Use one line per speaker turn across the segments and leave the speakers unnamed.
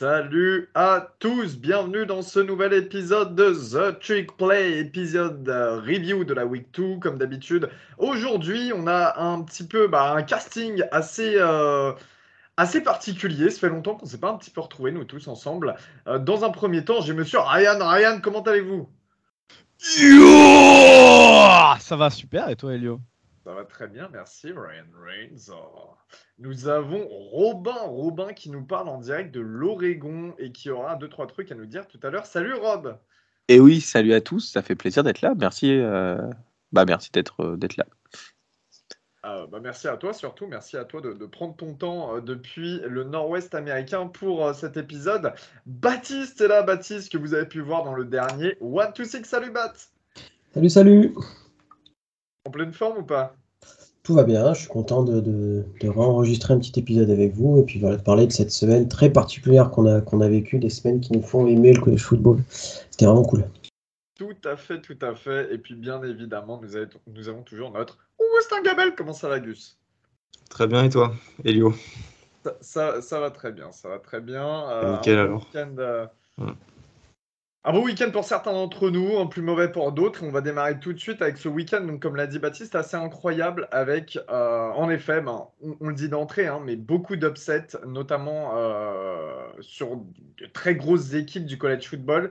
Salut à tous, bienvenue dans ce nouvel épisode de The Trick Play, épisode review de la Week 2 comme d'habitude. Aujourd'hui, on a un petit peu un casting assez particulier. Ça fait longtemps qu'on ne s'est pas un petit peu retrouvés, nous tous ensemble. Dans un premier temps, j'ai monsieur Ryan. Ryan, comment allez-vous?
Yo, ça va super, et toi Elio?
Ça va très bien, merci Ryan Reigns. Nous avons Robin qui nous parle en direct de l'Oregon et qui aura 2-3 trucs à nous dire tout à l'heure. Salut Rob!
Et oui, salut à tous, ça fait plaisir d'être là. Merci, merci d'être là.
Merci à toi surtout, merci à toi de prendre ton temps depuis le nord-ouest américain pour cet épisode. Baptiste est là, Baptiste, que vous avez pu voir dans le dernier 1-2-6. Salut Bat!
Salut!
En pleine forme ou pas?
Tout va bien, je suis content de réenregistrer un petit épisode avec vous et puis voilà, de parler de cette semaine très particulière qu'on a vécue, des semaines qui nous font aimer le college football. C'était vraiment cool.
Tout à fait. Et puis bien évidemment, nous avons toujours notre Augustin Gabel. Comment ça va, Gus?
Très bien, et toi, Elio?
Ça va très bien, ça va très bien.
Nickel alors.
Un bon week-end pour certains d'entre nous, un plus mauvais pour d'autres. On va démarrer tout de suite avec ce week-end, donc comme l'a dit Baptiste, assez incroyable avec, en effet, on le dit d'entrée, mais beaucoup d'upsets, notamment sur de très grosses équipes du college football.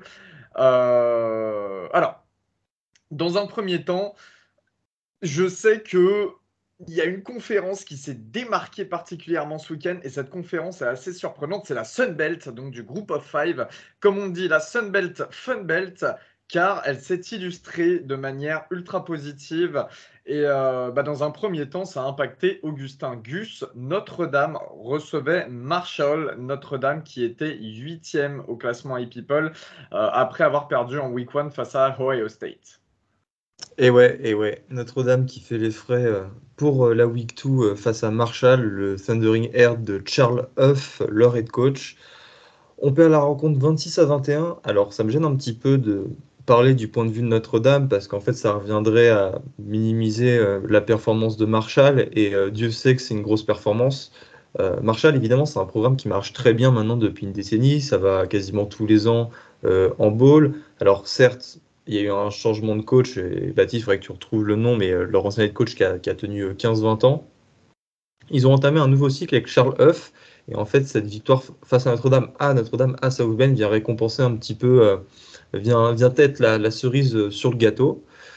Alors, dans un premier temps, je sais que il y a une conférence qui s'est démarquée particulièrement ce week-end et cette conférence est assez surprenante. C'est la Sun Belt, donc du Group of Five. Comme on dit, la Sun Belt Fun Belt, car elle s'est illustrée de manière ultra positive. Et dans un premier temps, ça a impacté Augustin Gus. Notre-Dame recevait Marshall, Notre-Dame qui était 8e au classement iPeople après avoir perdu en Week 1 face à Ohio State.
Et ouais, Notre-Dame qui fait les frais pour la Week 2 face à Marshall, le Thundering Herd de Charles Huff, leur head coach. On perd la rencontre 26-21. Alors ça me gêne un petit peu de parler du point de vue de Notre-Dame parce qu'en fait ça reviendrait à minimiser la performance de Marshall et Dieu sait que c'est une grosse performance. Marshall, évidemment, c'est un programme qui marche très bien maintenant depuis une décennie. Ça va quasiment tous les ans en bowl. Alors certes, il y a eu un changement de coach, et Baptiste, il faudrait que tu retrouves le nom, mais leur ancien head coach qui a tenu 15-20 ans. Ils ont entamé un nouveau cycle avec Charles Huff, et en fait, cette victoire face à Notre-Dame, à South Bend, vient récompenser un petit peu, vient être la cerise sur le gâteau.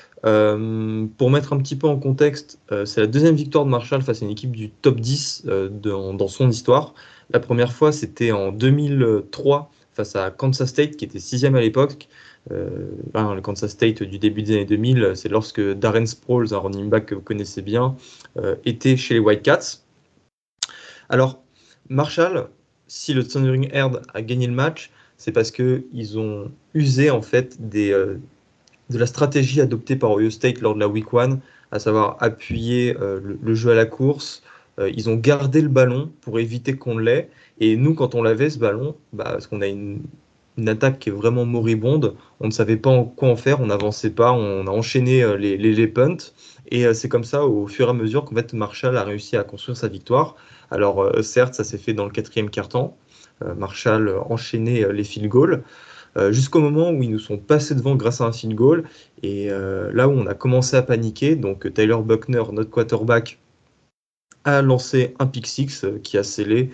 Pour mettre un petit peu en contexte, c'est la deuxième victoire de Marshall face à une équipe du top 10 dans son histoire. La première fois, c'était en 2003 face à Kansas State, qui était 6e à l'époque. Le Kansas State du début des années 2000, c'est lorsque Darren Sproles, un running back que vous connaissez bien, était chez les Wildcats. Alors, Marshall, si le Thundering Herd a gagné le match, c'est parce qu'ils ont usé en fait de la stratégie adoptée par Ohio State lors de la Week 1, à savoir appuyer le jeu à la course. Ils ont gardé le ballon pour éviter qu'on l'ait. Et nous, quand on l'avait, ce ballon, parce qu'on a une attaque qui est vraiment moribonde, on ne savait pas quoi en faire, on n'avançait pas, on a enchaîné les punts. Et c'est comme ça, au fur et à mesure, qu'en fait, Marshall a réussi à construire sa victoire. Alors, certes, ça s'est fait dans le 4e quart-temps. Marshall enchaînait les field goals. Jusqu'au moment où ils nous sont passés devant grâce à un field goal. Et là où on a commencé à paniquer, donc Tyler Buckner, notre quarterback, a lancé un pick six qui a scellé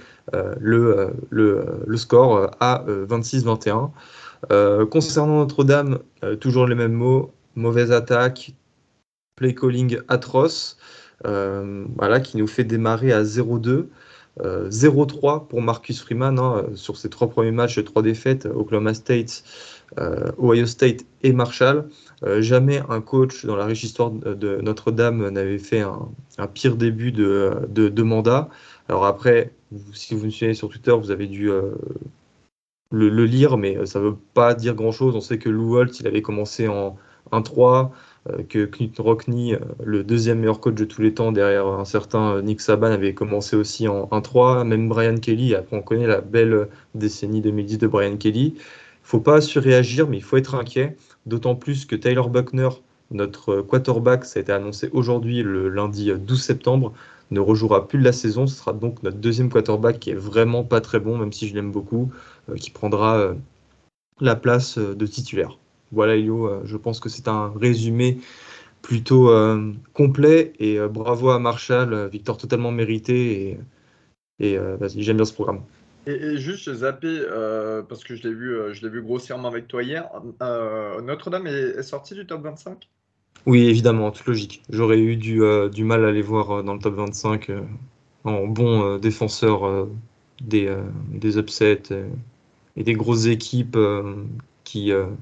le score à 26-21. Concernant Notre-Dame, toujours les mêmes mots, mauvaise attaque, play calling atroce, qui nous fait démarrer à 0-2. 0-3 pour Marcus Freeman sur ses 3 premiers matchs, 3 défaites, Oklahoma State, Ohio State et Marshall. Jamais un coach dans la riche histoire de Notre-Dame n'avait fait un pire début de mandat. Alors après, si vous me suivez sur Twitter, vous avez dû le lire, mais ça ne veut pas dire grand-chose. On sait que Lou Holtz, il avait commencé en 1-3, que Knut Rockne, le deuxième meilleur coach de tous les temps derrière un certain Nick Saban, avait commencé aussi en 1-3, même Brian Kelly. Après, on connaît la belle décennie 2010 de Brian Kelly. Il ne faut pas surréagir, mais il faut être inquiet, d'autant plus que Tyler Buckner, notre quarterback, ça a été annoncé aujourd'hui, le lundi 12 septembre, Il ne rejouera plus de la saison. Ce sera donc notre deuxième quarterback qui est vraiment pas très bon, même si je l'aime beaucoup, qui prendra la place de titulaire. Voilà, Elio, je pense que c'est un résumé plutôt complet et bravo à Marshall, victoire totalement méritée et vas-y, j'aime bien ce programme.
Et juste, j'ai zappé, parce que je l'ai vu grossièrement avec toi hier. Notre-Dame est sortie du top 25?
Oui, évidemment, en toute logique. J'aurais eu du mal à les voir dans le top 25 en bon défenseur des upsets et des grosses équipes qui, euh,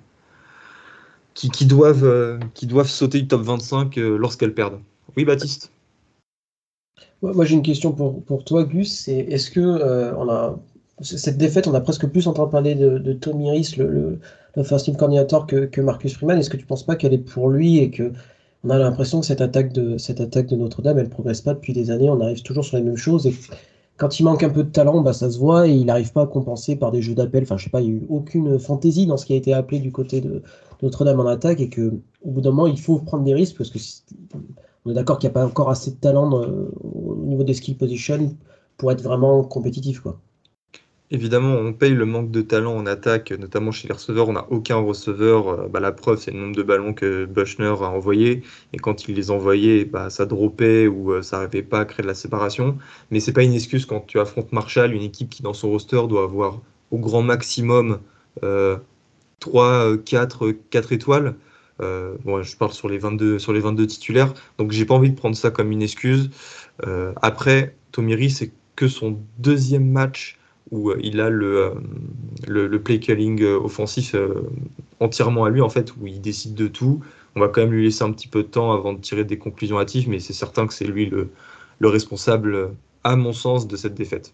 qui doivent sauter du top 25 lorsqu'elles perdent. Oui, Baptiste?
Ouais, moi j'ai une question pour toi, Gus. C'est est-ce que cette défaite, on a presque plus entendu parler de Tommy Rees, le first team coordinator, que Marcus Freeman. Est-ce que tu penses pas qu'elle est pour lui et que on a l'impression que cette attaque de Notre-Dame, elle progresse pas depuis des années. On arrive toujours sur les mêmes choses et quand il manque un peu de talent, bah, ça se voit et il n'arrive pas à compenser par des jeux d'appel. Enfin, je sais pas, il n'y a eu aucune fantaisie dans ce qui a été appelé du côté de Notre-Dame en attaque et que au bout d'un moment, il faut prendre des risques parce que on est d'accord qu'il n'y a pas encore assez de talent au niveau des skill positions pour être vraiment compétitif, quoi.
Évidemment, on paye le manque de talent en attaque, notamment chez les receveurs. On n'a aucun receveur. La preuve, c'est le nombre de ballons que Buchner a envoyés. Et quand il les envoyait, ça droppait ou ça n'arrivait pas à créer de la séparation. Mais c'est pas une excuse quand tu affrontes Marshall, une équipe qui, dans son roster, doit avoir au grand maximum 3, 4 étoiles. Bon, je parle sur les 22 titulaires. Donc, j'ai pas envie de prendre ça comme une excuse. Après, Tomiri, c'est que son deuxième match où il a le play calling offensif entièrement à lui, en fait, où il décide de tout. On va quand même lui laisser un petit peu de temps avant de tirer des conclusions hâtives, mais c'est certain que c'est lui le responsable, à mon sens, de cette défaite.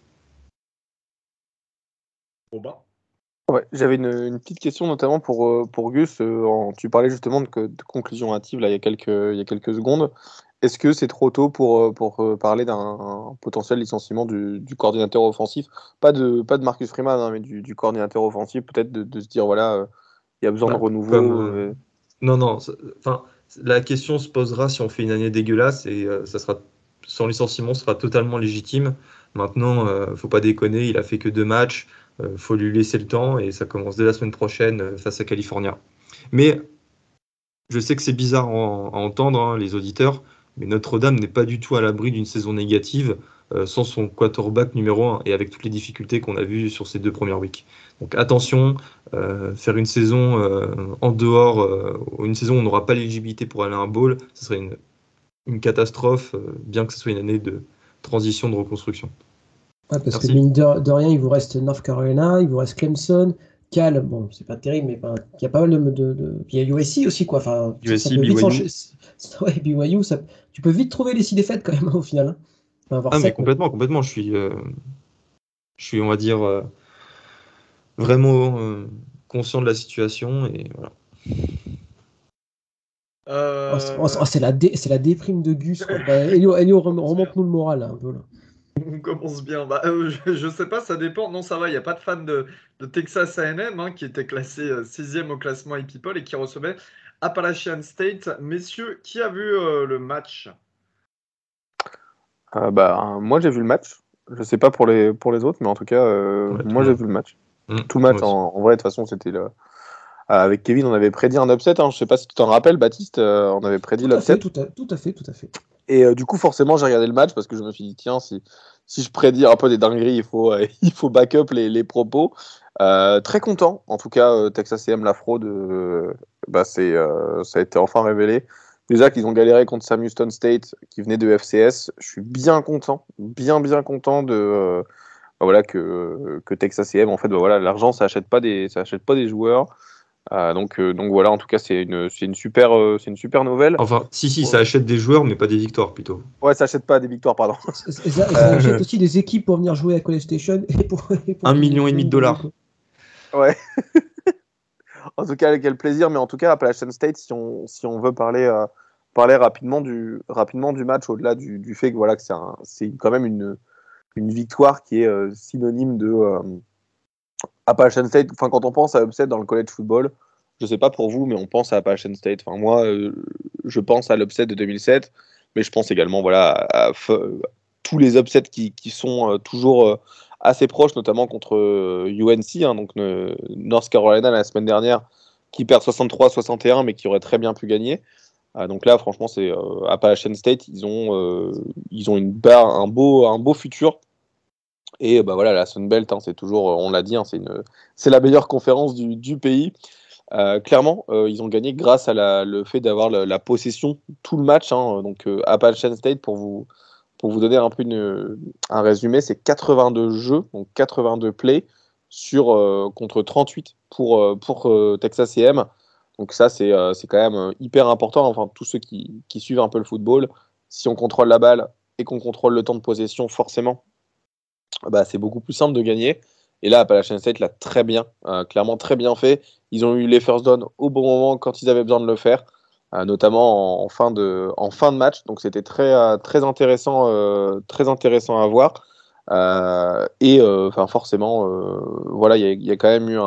Robin?
Ouais, j'avais une petite question notamment pour Gus. Tu parlais justement de conclusion hâtive là, il y a quelques secondes. Est-ce que c'est trop tôt pour parler d'un potentiel licenciement du coordinateur offensif? Pas de Marcus Freeman, hein, mais du coordinateur offensif, peut-être de se dire, voilà, il y a besoin de renouveau.
Non, enfin, la question se posera si on fait une année dégueulasse et ça sera son licenciement sera totalement légitime. Maintenant, faut pas déconner, il a fait que 2 matchs, faut lui laisser le temps et ça commence dès la semaine prochaine face à California. Mais je sais que c'est bizarre à entendre, hein, les auditeurs, mais Notre-Dame n'est pas du tout à l'abri d'une saison négative sans son quarterback numéro 1 et avec toutes les difficultés qu'on a vues sur ces 2 premières weeks. Donc attention, faire une saison en dehors, une saison où on n'aura pas l'éligibilité pour aller à un bowl, ce serait une catastrophe, bien que ce soit une année de transition, de reconstruction.
Ouais, parce que
Merci.
mine de rien, il vous reste North Carolina, il vous reste Clemson, Cal, bon, c'est pas terrible, mais il y a pas mal Puis il y a USC aussi, quoi. Enfin, ça
USC,
peut vite
BYU.
s'enchaîner. Ouais, BYU, tu peux vite trouver les 6 défaites quand même au final, hein. Enfin, avoir
Ah mais
7, même.
complètement, je suis, on va dire, vraiment conscient de la situation et voilà.
C'est la déprime de Gus, quoi. Bah, Elio, remonte-nous le moral, là, un peu, là.
On commence bien. Je sais pas, ça dépend. Non, ça va, il n'y a pas de fan de Texas A&M, hein, qui était classé 6e au classement iPeople et qui recevait Appalachian State. Messieurs, qui a vu le match?
Moi, j'ai vu le match. Je sais pas pour les autres, mais en tout cas,
Ouais, tout
moi,
le
j'ai
monde.
vu le match.
Moi
Tout le match,
aussi.
en vrai, de toute façon, c'était le. Avec Kevin, on avait prédit un upset, hein. Je sais pas si tu t'en rappelles, Baptiste, on avait prédit
Tout à fait,
l'upset.
tout à fait, tout à fait.
Et du coup, forcément, j'ai regardé le match parce que je me suis dit, tiens, si je prédis un peu des dingueries, il faut back up les propos. Très content, en tout cas, Texas A&M, la fraude, ça a été enfin révélé. Déjà qu'ils ont galéré contre Sam Houston State, qui venait de FCS. Je suis bien content, bien content voilà, que Texas A&M, en fait, voilà, l'argent, ça achète pas des joueurs. Donc voilà, en tout cas, c'est une super nouvelle.
Enfin, si, ça achète des joueurs, mais pas des victoires plutôt.
Ouais, ça achète pas des victoires, pardon.
Ça achète aussi des équipes pour venir jouer à College Station et pour
1,5 million de dollars.
Ouais. En tout cas, quel plaisir. Mais en tout cas, Appalachian State, si on veut parler rapidement du match, au-delà du fait que voilà que c'est quand même une victoire qui est synonyme de Appalachian State. Enfin, quand on pense à upset dans le college football, je sais pas pour vous, mais on pense à Appalachian State. Enfin, moi, je pense à l'upset de 2007, mais je pense également voilà tous les upsets qui sont toujours assez proches, notamment contre UNC, hein, donc North Carolina la semaine dernière, qui perd 63-61, mais qui aurait très bien pu gagner. Donc là, franchement, c'est Appalachian State, ils ont un beau futur. Et bah voilà, la Sun Belt, hein, c'est toujours, on l'a dit, hein, c'est la meilleure conférence du pays. Clairement, ils ont gagné grâce à le fait d'avoir la possession tout le match. Hein, donc Appalachian State, pour vous donner un peu un résumé, c'est 82 jeux, donc 82 plays contre 38 pour Texas A&M. Donc ça, c'est quand même hyper important. Enfin, tous ceux qui suivent un peu le football, si on contrôle la balle et qu'on contrôle le temps de possession, forcément, bah, c'est beaucoup plus simple de gagner. Et là, Appalachian State l'a très bien, clairement très bien fait. Ils ont eu les first down au bon moment quand ils avaient besoin de le faire, notamment en fin de match. Donc c'était très intéressant à voir. Forcément, voilà, il y a quand même eu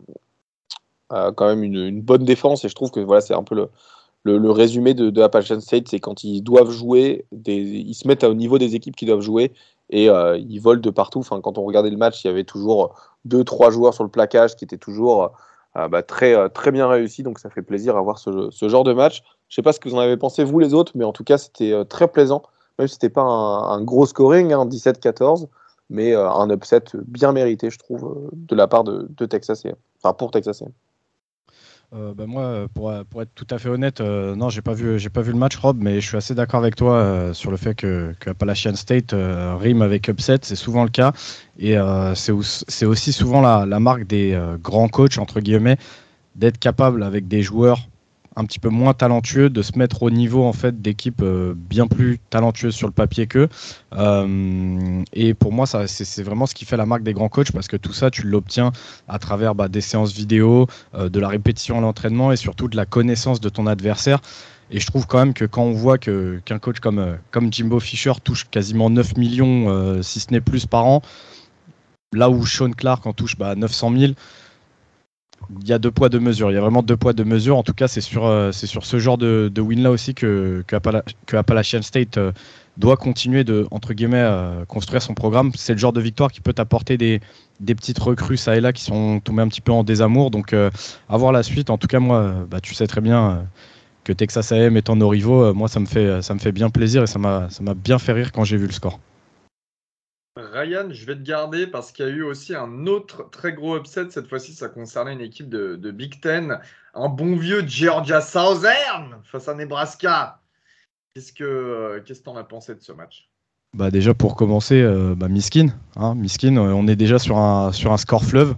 une bonne défense. Et je trouve que voilà, c'est un peu le résumé de Appalachian State, c'est quand ils doivent jouer, ils se mettent au niveau des équipes qui doivent jouer. Et ils volent de partout. Enfin, quand on regardait le match, il y avait toujours 2-3 joueurs sur le plaquage qui étaient toujours très bien réussis. Donc ça fait plaisir à voir ce genre de match. Je ne sais pas ce que vous en avez pensé, vous les autres, mais en tout cas, c'était très plaisant. Même si ce n'était pas un gros scoring, hein, 17-14, mais un upset bien mérité, je trouve, de la part de Texas A&M. Enfin, pour Texas A&M.
Moi, pour être tout à fait honnête, non, j'ai pas vu le match, Rob, mais je suis assez d'accord avec toi sur le fait que Appalachian State rime avec upset, c'est souvent le cas, et c'est aussi souvent la marque des grands coachs entre guillemets d'être capable avec des joueurs un petit peu moins talentueux de se mettre au niveau en fait d'équipes bien plus talentueuses sur le papier qu'eux. Et pour moi, ça, c'est vraiment ce qui fait la marque des grands coachs, parce que tout ça, tu l'obtiens à travers des séances vidéo, de la répétition à l'entraînement et surtout de la connaissance de ton adversaire. Et je trouve quand même que quand on voit qu'un coach comme Jimbo Fisher touche quasiment 9 millions, si ce n'est plus par an, là où Sean Clark en touche 900 000, il y a deux poids, deux mesures. Il y a vraiment deux poids, deux mesures. En tout cas, c'est sur ce genre de win-là aussi que Appalachian State doit continuer de, entre guillemets, construire son programme. C'est le genre de victoire qui peut t'apporter des petites recrues ça et là qui sont tombées un petit peu en désamour. Donc, à voir la suite. En tout cas, moi, tu sais très bien que Texas A&M étant nos rivaux, moi, ça me fait bien plaisir et ça m'a bien fait rire quand j'ai vu le score.
Ryan, je vais te garder parce qu'il y a eu aussi un autre très gros upset. Cette fois-ci, ça concernait une équipe de Big Ten. Un bon vieux Georgia Southern face à Nebraska. Qu'est-ce que tu en as pensé de ce match?
Déjà, pour commencer, Miskin. Miskin, on est déjà sur un score fleuve.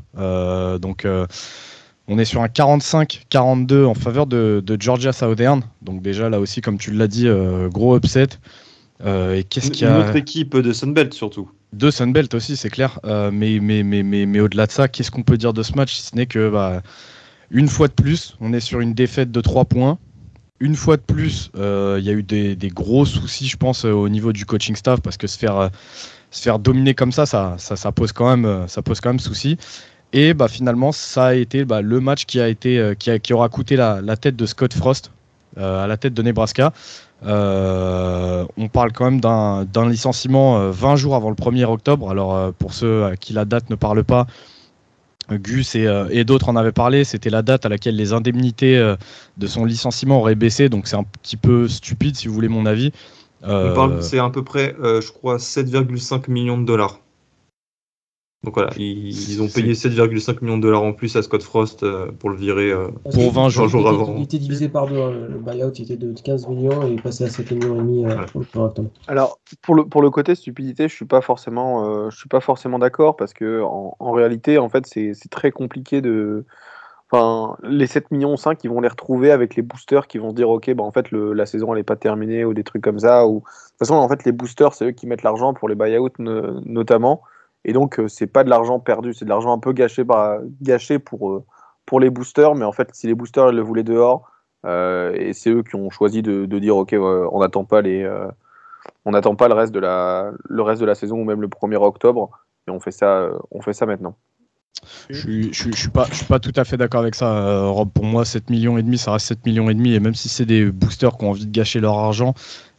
On est sur un 45-42 en faveur de Georgia Southern. Donc déjà, là aussi, comme tu l'as dit, gros upset. Et qu'est-ce qu'il y a...
Une autre équipe de Sunbelt surtout.
De Sunbelt aussi, c'est clair. Mais au-delà de ça, qu'est-ce qu'on peut dire de ce match, si ce n'est que, une fois de plus, on est sur une défaite de 3 points. Une fois de plus, il y a eu des gros soucis, je pense, au niveau du coaching staff, parce que se faire dominer comme ça pose quand même souci. Et finalement, ça a été le match qui aura coûté la tête de Scott Frost à la tête de Nebraska. On parle quand même d'un licenciement 20 jours avant le 1er octobre. Alors pour ceux à qui la date ne parle pas, Gus et d'autres en avaient parlé, c'était la date à laquelle les indemnités de son licenciement auraient baissé, donc c'est un petit peu stupide si vous voulez mon avis.
C'est à peu près, je crois, 7,5 millions de dollars. Donc voilà, ils ont payé 7,5 millions de dollars en plus à Scott Frost pour le virer
pour 20 jours
avant. Il était divisé par deux, hein. Le buyout était de 15 millions et il est passé à 7,5 millions au 1er octobre.
Alors, pour le côté stupidité, je suis pas forcément d'accord, parce que en réalité, en fait, c'est très compliqué de... Enfin, les 7,5 millions, ils vont les retrouver avec les boosters qui vont se dire, ok, en fait, la saison, elle n'est pas terminée, ou des trucs comme ça. Ou... De toute façon, en fait, les boosters, c'est eux qui mettent l'argent pour les buyouts, notamment. Et donc, c'est pas de l'argent perdu, c'est de l'argent un peu gâché pour les boosters. Mais en fait, si les boosters ils le voulaient dehors, et c'est eux qui ont choisi de dire, ok, on n'attend pas le reste de la saison, ou même le 1er octobre, et on fait ça maintenant.
Je suis pas tout à fait d'accord avec ça, Rob. Pour moi, 7,5 millions, ça reste 7,5 millions, et même si c'est des boosters qui ont envie de gâcher leur argent,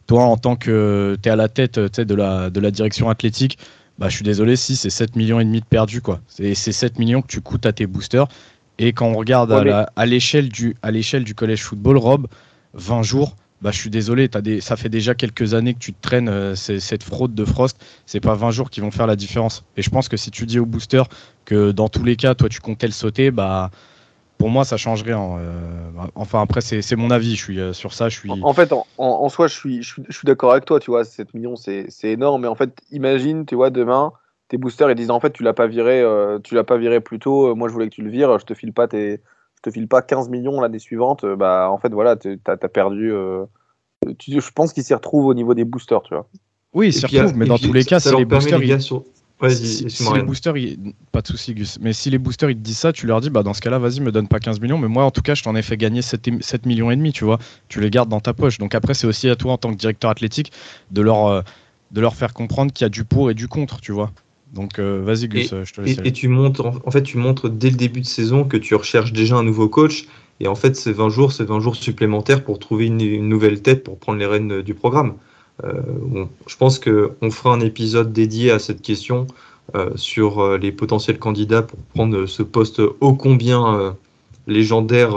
toi, en tant que tu es à la tête de la direction athlétique, bah, je suis désolé si c'est 7,5 millions de perdus, quoi. C'est 7 millions que tu coûtes à tes boosters. Et quand on regarde à l'échelle du college football, Rob, 20 jours, bah, je suis désolé, ça fait déjà quelques années que tu te traînes cette fraude de Frost. C'est pas 20 jours qui vont faire la différence. Et je pense que si tu dis au booster que dans tous les cas, toi, tu comptais le sauter, bah, pour moi, ça change rien. Enfin, après, c'est mon avis. Je suis sur ça.
En fait, en soi, je suis d'accord avec toi. Tu vois, 7 millions, c'est énorme. Mais en fait, imagine, tu vois, demain, tes boosters, ils disent en fait, tu l'as pas viré plus tôt. Moi, je voulais que tu le vires. Je te file pas 15 millions l'année suivante. Bah, en fait, voilà, t'as perdu. Je pense qu'ils s'y retrouvent au niveau des boosters, tu vois.
Oui, ils s'y retrouvent, mais dans tous les cas,
ça
si
leur
les
permet,
boosters.
les gars, Vas-y,
si les boosters, pas de souci, Gus. Mais si les boosters ils te disent ça, tu leur dis, bah dans ce cas-là, vas-y, me donne pas 15 millions. Mais moi, en tout cas, je t'en ai fait gagner 7 millions et demi, tu vois. Tu les gardes dans ta poche. Donc après, c'est aussi à toi, en tant que directeur athlétique, de leur faire comprendre qu'il y a du pour et du contre, tu vois. Donc vas-y, Gus, je te laisse.
Et tu montres, tu montres dès le début de saison que tu recherches déjà un nouveau coach. Et en fait, c'est 20 jours supplémentaires pour trouver une nouvelle tête pour prendre les rênes du programme. Je pense qu'on fera un épisode dédié à cette question sur les potentiels candidats pour prendre ce poste ô combien légendaire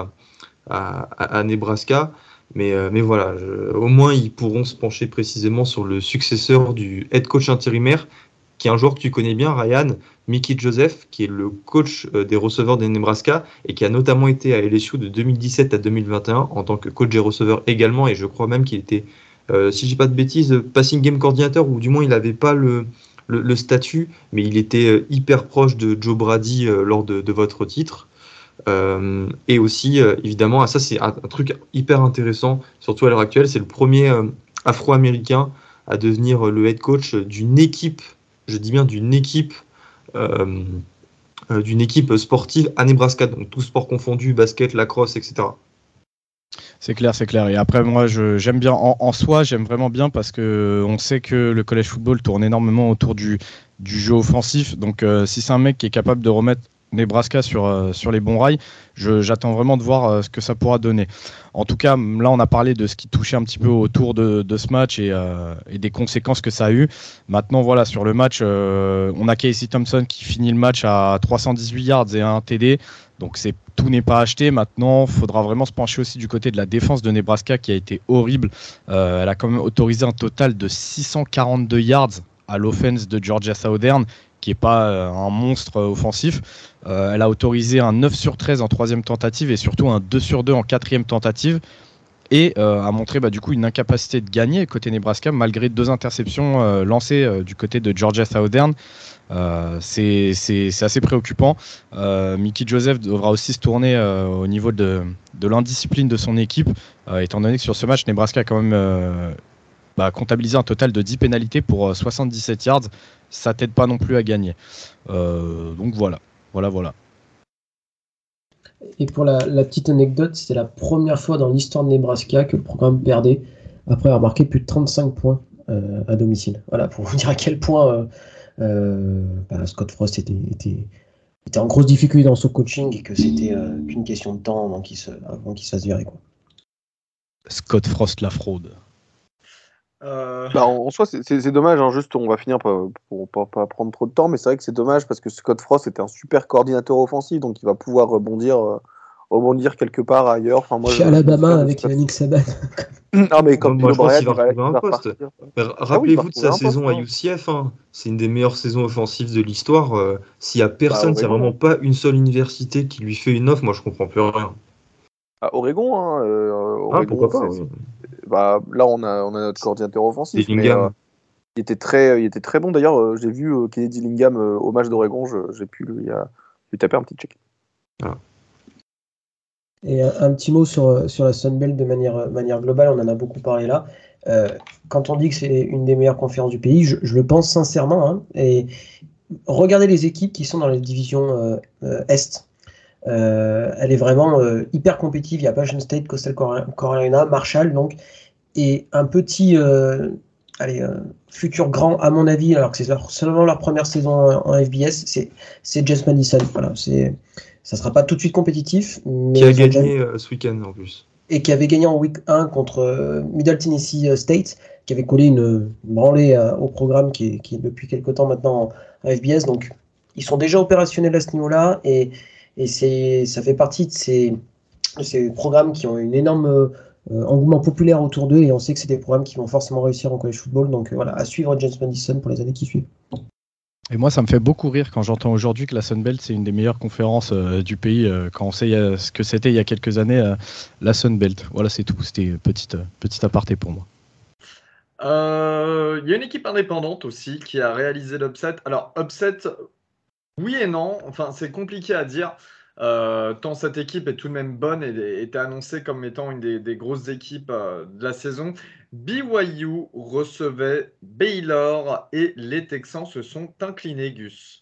à Nebraska. Mais voilà, au moins ils pourront se pencher précisément sur le successeur du head coach intérimaire, qui est un joueur que tu connais bien, Ryan, Mickey Joseph, qui est le coach des receveurs des Nebraska et qui a notamment été à LSU de 2017 à 2021 en tant que coach des receveurs également. Et je crois même qu'il était, si je dis pas de bêtises, passing game coordinateur, ou du moins il n'avait pas le statut, mais il était hyper proche de Joe Brady lors de votre titre. Et aussi, évidemment, ça c'est un truc hyper intéressant, surtout à l'heure actuelle, c'est le premier afro-américain à devenir le head coach d'une équipe, je dis bien d'une équipe sportive à Nebraska, donc tout sport confondu, basket, lacrosse, etc.
C'est clair. Et après, moi, j'aime bien, en soi, j'aime vraiment bien parce que on sait que le college football tourne énormément autour du jeu offensif. Donc, si c'est un mec qui est capable de remettre Nebraska sur les bons rails, j'attends vraiment de voir ce que ça pourra donner. En tout cas, là, on a parlé de ce qui touchait un petit peu autour de ce match et des conséquences que ça a eu. Maintenant, voilà, sur le match, on a Casey Thompson qui finit le match à 318 yards et un TD. Donc tout n'est pas acheté. Maintenant, il faudra vraiment se pencher aussi du côté de la défense de Nebraska qui a été horrible. Elle a quand même autorisé un total de 642 yards à l'offense de Georgia Southern, qui n'est pas un monstre offensif. Elle a autorisé un 9 sur 13 en troisième tentative et surtout un 2 sur 2 en quatrième tentative. Et a montré du coup une incapacité de gagner côté Nebraska malgré 2 interceptions lancées du côté de Georgia Southern. C'est assez préoccupant. Mickey Joseph devra aussi se tourner au niveau de l'indiscipline de son équipe, étant donné que sur ce match, Nebraska a quand même comptabilisé un total de 10 pénalités pour 77 yards. Ça t'aide pas non plus à gagner. Donc voilà.
Et pour la petite anecdote, c'était la première fois dans l'histoire de Nebraska que le programme perdait après avoir marqué plus de 35 points à domicile. Voilà, pour vous dire à quel point Scott Frost était en grosse difficulté dans son coaching et que c'était qu'une question de temps avant qu'il se fasse virer, quoi.
Scott Frost, la fraude.
En soi, c'est dommage, hein, juste on va finir pour pas prendre trop de temps, mais c'est vrai que c'est dommage parce que Scott Frost était un super coordinateur offensif, donc il va pouvoir rebondir quelque part ailleurs. Enfin, moi,
chez Alabama avec Nick Saban.
Non, mais comme
moi, je pense qu'il va
O'Brien,
retrouver un poste. Rappelez-vous de sa saison à UCF, hein. C'est une des meilleures saisons offensives de l'histoire. S'il n'y a personne, s'il n'y a vraiment pas une seule université qui lui fait une offre, moi je comprends plus rien.
À Oregon, hein. Oregon,
pourquoi pas, oui.
Là, on a notre coordinateur offensif. Mais, il était très bon. D'ailleurs, j'ai vu Kennedy Dillingham au match d'Oregon. J'ai pu lui taper un petit check.
Ah.
Et un petit mot sur la Sun Belt de manière globale, on en a beaucoup parlé là. Quand on dit que c'est une des meilleures conférences du pays, je le pense sincèrement. Hein, et regardez les équipes qui sont dans les divisions Est. Elle est vraiment hyper compétitive. Il y a Appalachian State, Coastal Carolina, Marshall, donc, et un petit futur grand, à mon avis, alors que c'est seulement leur première saison en FBS, c'est James Madison. Voilà, ça sera pas tout de suite compétitif. Mais
qui a gagné ce week-end en plus.
et qui avait gagné en week 1 contre Middle Tennessee State, qui avait collé une branlée au programme qui est depuis quelque temps maintenant en FBS. Donc, ils sont déjà opérationnels à ce niveau-là et ça fait partie de ces programmes qui ont une énorme engouement populaire autour d'eux et on sait que c'est des programmes qui vont forcément réussir en college football. Donc voilà, à suivre James Madison pour les années qui suivent.
Et moi, ça me fait beaucoup rire quand j'entends aujourd'hui que la Sun Belt, c'est une des meilleures conférences du pays, quand on sait ce que c'était il y a quelques années, la Sun Belt. Voilà, c'est tout. C'était une petite aparté pour moi.
Il y a une équipe indépendante aussi qui a réalisé l'upset. Alors, upset, oui et non. Enfin, c'est compliqué à dire. Tant cette équipe est tout de même bonne et était annoncée comme étant une des grosses équipes de la saison. BYU recevait Baylor et les Texans se sont inclinés, Gus.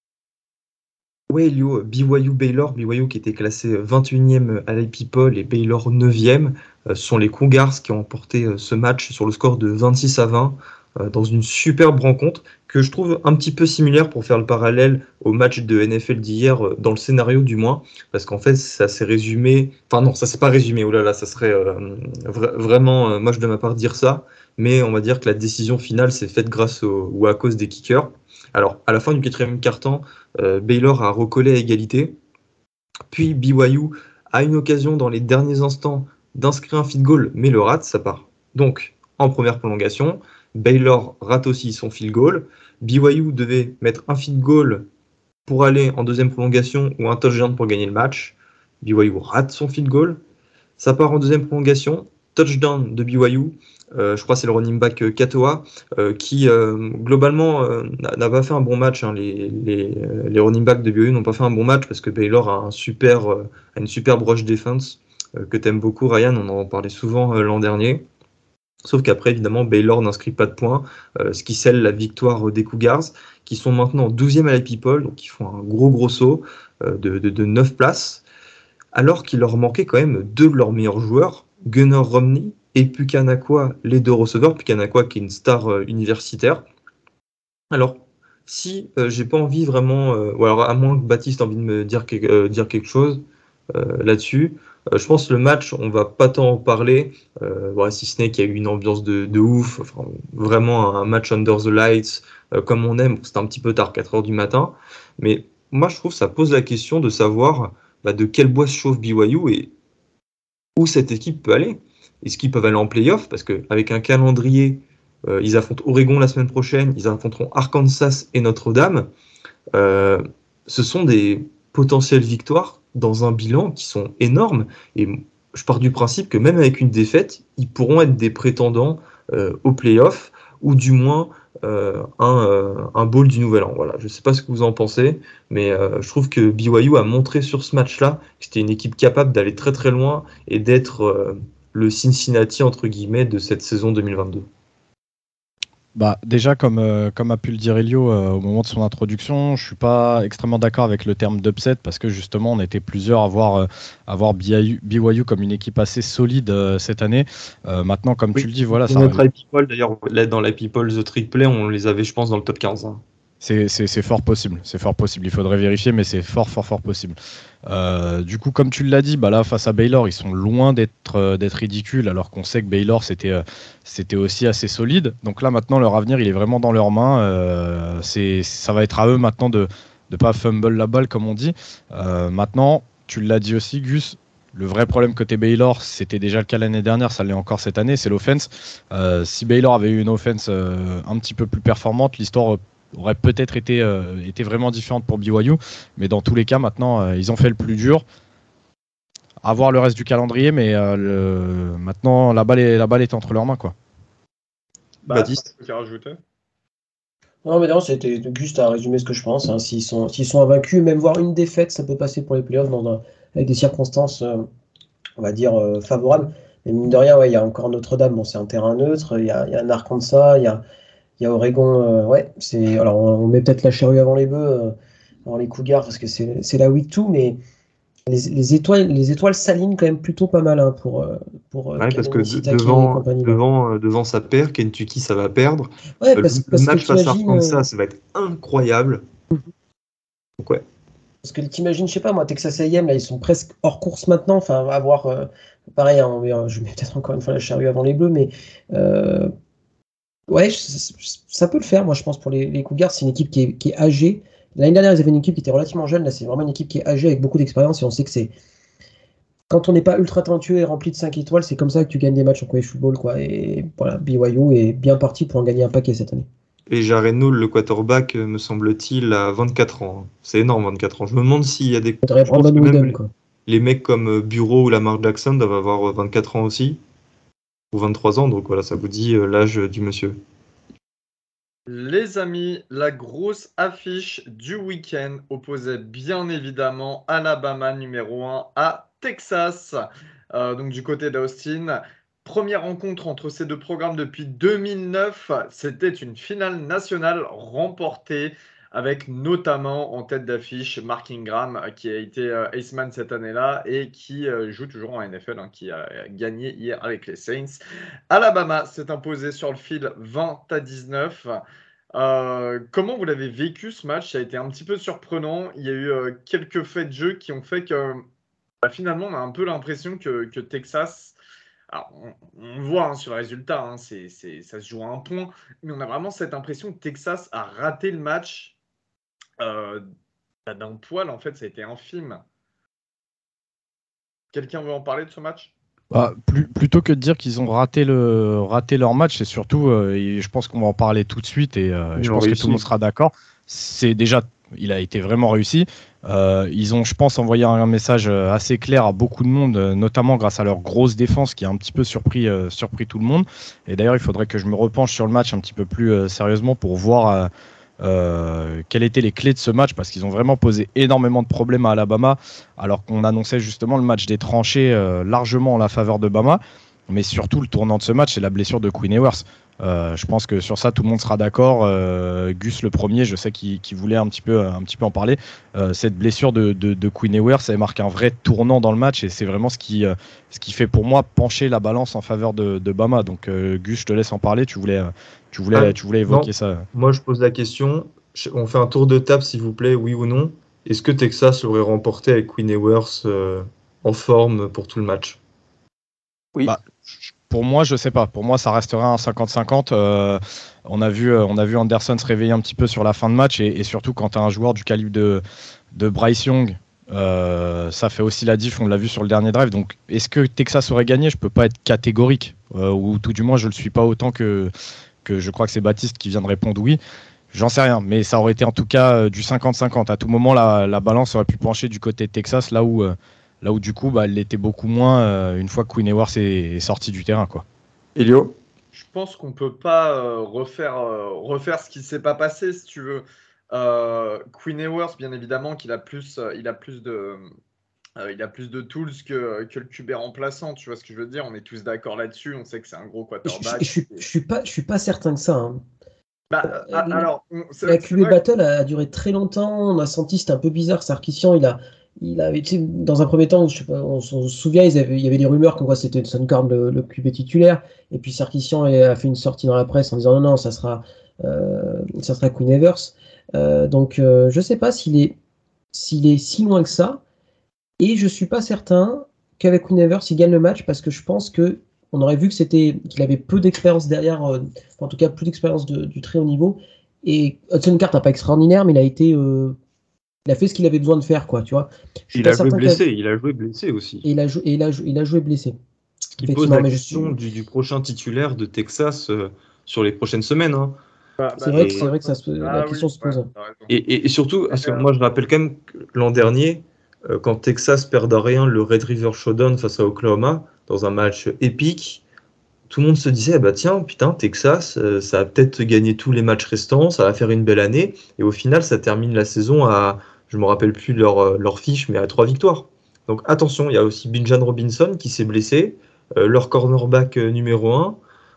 Ouais, Elio, BYU Baylor, BYU qui était classé 21e à l'IP Poll et Baylor 9e, ce sont les Cougars qui ont emporté ce match sur le score de 26-20 dans une superbe rencontre que je trouve un petit peu similaire pour faire le parallèle au match de NFL d'hier, dans le scénario du moins, parce qu'en fait ça s'est résumé, enfin non, ça s'est pas résumé, oh là là, ça serait vraiment moche de ma part de dire ça, mais on va dire que la décision finale s'est faite grâce ou à cause des kickers. Alors, à la fin du 4e quart-temps, Baylor a recollé à égalité. Puis BYU a une occasion dans les derniers instants d'inscrire un field goal, mais le rate, ça part. Donc, en première prolongation, Baylor rate aussi son field goal. BYU devait mettre un field goal pour aller en deuxième prolongation ou un touchdown pour gagner le match. BYU rate son field goal. Ça part en deuxième prolongation. Touchdown de BYU. Je crois que c'est le running back Katoa qui globalement n'a pas fait un bon match. Hein. Les running backs de BYU n'ont pas fait un bon match parce que Baylor a une superbe rush defense que tu aimes beaucoup, Ryan. On en parlait souvent l'an dernier. Sauf qu'après, évidemment, Baylor n'inscrit pas de points, ce qui scelle la victoire des Cougars, qui sont maintenant 12e à l'IP Poll, donc ils font un gros saut de 9 places, alors qu'il leur manquait quand même deux de leurs meilleurs joueurs, Gunnar Romney et Pukanakwa, les deux receveurs, Pukanakwa qui est une star universitaire. Alors, si j'ai pas envie vraiment, ou alors à moins que Baptiste ait envie de me dire quelque chose là-dessus, je pense que le match, on va pas tant en parler, voilà, si ce n'est qu'il y a eu une ambiance de ouf, enfin, vraiment un match under the lights, comme on aime. C'était un petit peu tard, 4h du matin, mais moi je trouve que ça pose la question de savoir de quel bois se chauffe BYU et où cette équipe peut aller. Est-ce qu'ils peuvent aller en playoff? Parce qu'avec un calendrier, ils affrontent Oregon la semaine prochaine, ils affronteront Arkansas et Notre-Dame. Ce sont des potentielles victoires dans un bilan qui sont énormes. Et je pars du principe que même avec une défaite, ils pourront être des prétendants au playoff ou du moins un bowl du Nouvel An. Voilà. Je ne sais pas ce que vous en pensez, mais je trouve que BYU a montré sur ce match-là que c'était une équipe capable d'aller très très loin et d'être le Cincinnati entre guillemets de cette saison 2022.
Déjà, comme a pu le dire Elio au moment de son introduction, je ne suis pas extrêmement d'accord avec le terme d'upset parce que justement, on était plusieurs à voir BYU comme une équipe assez solide cette année. Maintenant, comme tu le dis, voilà.
Notre People, d'ailleurs, dans la People The Trick Play, on les avait, je pense, dans le top 15. Hein.
C'est fort possible. Il faudrait vérifier, mais c'est fort possible. Du coup, comme tu l'as dit, là, face à Baylor, ils sont loin d'être ridicules, alors qu'on sait que Baylor, c'était aussi assez solide. Donc là, maintenant, leur avenir, il est vraiment dans leurs mains. Ça va être à eux maintenant de ne pas fumble la balle, comme on dit. Maintenant, tu l'as dit aussi, Gus, le vrai problème côté Baylor, c'était déjà le cas l'année dernière, ça l'est encore cette année, c'est l'offense. Si Baylor avait eu une offense un petit peu plus performante, l'histoire aurait peut-être été vraiment différente pour BYU, mais dans tous les cas maintenant ils ont fait le plus dur. À voir le reste du calendrier, mais maintenant la balle est entre leurs mains, quoi.
Baptiste,
tu as rajouté?
Non, mais non, c'était juste à résumer ce que je pense. Hein. S'ils sont invaincus, même voir une défaite, ça peut passer pour les playoffs avec des circonstances, on va dire, favorables. Mais mine de rien, ouais, il y a encore Notre-Dame, bon, c'est un terrain neutre, il y a un Arkansas, il y a Oregon, alors on met peut-être la charrue avant les bœufs, avant les Cougars, parce que c'est la week 2, mais les étoiles s'alignent quand même plutôt pas mal hein, pour
parce que devant sa paire, Kentucky ça va perdre.
Ouais,
le match face à Arkansas, ça va être incroyable. Donc ouais.
Parce que t'imagines, je sais pas moi, Texas A&M, là, ils sont presque hors course maintenant, enfin, avoir pareil, hein, je mets peut-être encore une fois la charrue avant les Bleus, mais ouais, ça peut le faire, moi je pense, pour les Cougars. C'est une équipe qui est âgée. L'année dernière, ils avaient une équipe qui était relativement jeune. Là, c'est vraiment une équipe qui est âgée avec beaucoup d'expérience. Et on sait que c'est quand on n'est pas ultra talentueux et rempli de 5 étoiles, c'est comme ça que tu gagnes des matchs en college football, quoi. Et voilà, BYU est bien parti pour en gagner un paquet cette année.
Et Jaren Hall, le quarterback, me semble-t-il, a 24 ans. C'est énorme, 24 ans. Je me demande s'il y a des.
Faudrait
Je pense
Brandon
que même
Whedon, quoi.
les mecs comme Bureau ou Lamar Jackson doivent avoir 24 ans aussi, ou 23 ans. Donc voilà, ça vous dit l'âge du monsieur.
Les amis, la grosse affiche du week-end opposait bien évidemment Alabama numéro 1 à Texas, donc du côté d'Austin. Première rencontre entre ces deux programmes depuis 2009, c'était une finale nationale remportée avec notamment en tête d'affiche Mark Ingram qui a été Aceman cette année-là et qui joue toujours en NFL, hein, qui a gagné hier avec les Saints. Alabama s'est imposé sur le fil 20-19. Comment vous l'avez vécu ce match? Ça a été un petit peu surprenant. Il y a eu quelques faits de jeu qui ont fait que finalement on a un peu l'impression que Texas. Alors, on le voit hein, sur le résultat, hein, ça se joue à un point, mais on a vraiment cette impression que Texas a raté le match euh, d'un poil. En fait, ça a été infime. Quelqu'un veut en parler de ce match?
Bah, plutôt que de dire qu'ils ont raté leur match, c'est surtout, et je pense qu'on va en parler tout de suite, et
Ils
je
ont
pense que tout le monde
réussi.
sera d'accord. C'est déjà, il a été vraiment réussi. Ils ont, je pense, envoyé un message assez clair à beaucoup de monde, notamment grâce à leur grosse défense qui a un petit peu surpris tout le monde. Et d'ailleurs, il faudrait que je me repenche sur le match un petit peu plus sérieusement pour voir quelles étaient les clés de ce match, parce qu'ils ont vraiment posé énormément de problèmes à Alabama, alors qu'on annonçait justement le match des tranchées largement en la faveur de Bama. Mais surtout, le tournant de ce match, c'est la blessure de Quinn Ewers. Je pense que sur ça, tout le monde sera d'accord. Gus, le premier, je sais qu'il voulait un petit peu en parler. Cette blessure de Quinn Ewers, ça marque un vrai tournant dans le match, et c'est vraiment ce qui fait pour moi pencher la balance en faveur de Bama. Donc, Gus, je te laisse en parler. Tu voulais évoquer
Non,
ça.
moi je pose la question. On fait un tour de table, s'il vous plaît, oui ou non. Est-ce que Texas l'aurait remporté avec Quinn Ewers en forme pour tout le match?
Oui.
Bah, pour moi, je sais pas. Pour moi, ça restera un 50-50. On a vu Anderson se réveiller un petit peu sur la fin de match, et surtout quand tu as un joueur du calibre de Bryce Young, ça fait aussi la diff. On l'a vu sur le dernier drive. Donc, est-ce que Texas aurait gagné? Je peux pas être catégorique, ou tout du moins, je le suis pas autant que je crois que c'est Baptiste qui vient de répondre oui. J'en sais rien, mais ça aurait été en tout cas du 50-50. À tout moment, la balance aurait pu pencher du côté de Texas, là où du coup, elle l'était beaucoup moins une fois que Quinn Ewers est sorti du terrain, quoi.
Elio?
Je pense qu'on peut pas refaire ce qui s'est pas passé, si tu veux. Quinn Ewers, bien évidemment, qu'il a plus, il a plus de tools que le QB remplaçant. Tu vois ce que je veux dire? On est tous d'accord là-dessus. On sait que c'est un gros quarterback.
Je suis pas certain que ça, hein.
Alors,
La
c'est
QB
vrai.
Battle a duré très longtemps. On a senti c'était un peu bizarre. Sarkisian, il avait, tu sais, dans un premier temps, je sais pas, on se souvient, il y avait des rumeurs comme quoi c'était Suncorn le QB titulaire. Et puis Sarkisian a fait une sortie dans la presse en disant non, non, ça sera Quinn Evers. Donc, je sais pas s'il est si loin que ça. Et je suis pas certain qu'avec Quinn Evers, il gagne le match parce que je pense que on aurait vu qu'il avait peu d'expérience derrière, en tout cas plus d'expérience du très haut niveau. Et Hudson Card n'est pas extraordinaire, mais il a fait ce qu'il avait besoin de faire, quoi, tu vois. Je suis
Il
pas
a joué
certain
blessé, il a joué blessé aussi.
et il a joué blessé.
Ce qui pose
Effectivement,
la
mais
question du prochain titulaire de Texas sur les prochaines semaines, hein.
c'est
Et,
vrai que la
Ah oui,
question se
ouais,
pose.
t'as raison.
et surtout, parce que
Euh,
moi je rappelle quand même que l'an dernier, quand Texas perd à rien le Red River Showdown face à Oklahoma, dans un match épique, tout le monde se disait, ah bah tiens, putain, Texas, ça va peut-être gagner tous les matchs restants, ça va faire une belle année. Et au final, ça termine la saison à, je me rappelle plus leur fiche, mais à 3 victoires. Donc attention, il y a aussi Bijan Robinson qui s'est blessé, leur cornerback numéro 1.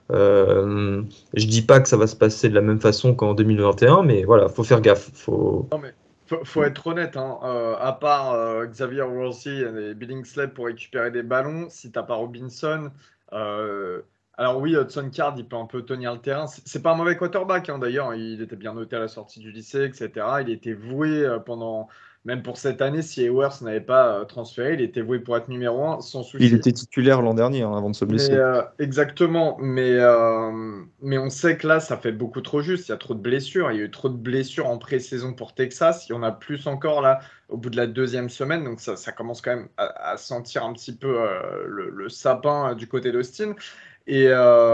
Je dis pas que ça va se passer de la même façon qu'en 2021, mais voilà, faut faire gaffe.
Non, mais faut être honnête, hein, à part Xavier Worthy et Billingsley pour récupérer des ballons, si t'as pas Robinson, euh, alors oui, Hudson Card, il peut un peu tenir le terrain. C'est pas un mauvais quarterback, hein, d'ailleurs, il était bien noté à la sortie du lycée, etc. Il était voué même pour cette année, si Ewers n'avait pas transféré, il était voué pour être numéro 1 sans souci.
Il était titulaire l'an dernier avant de se blesser.
Exactement, mais on sait que là, ça fait beaucoup trop juste. Il y a trop de blessures. Il y a eu trop de blessures en pré-saison pour Texas. Il y en a plus encore là au bout de la 2e semaine. Donc ça commence quand même à sentir un petit peu le sapin du côté d'Austin. Et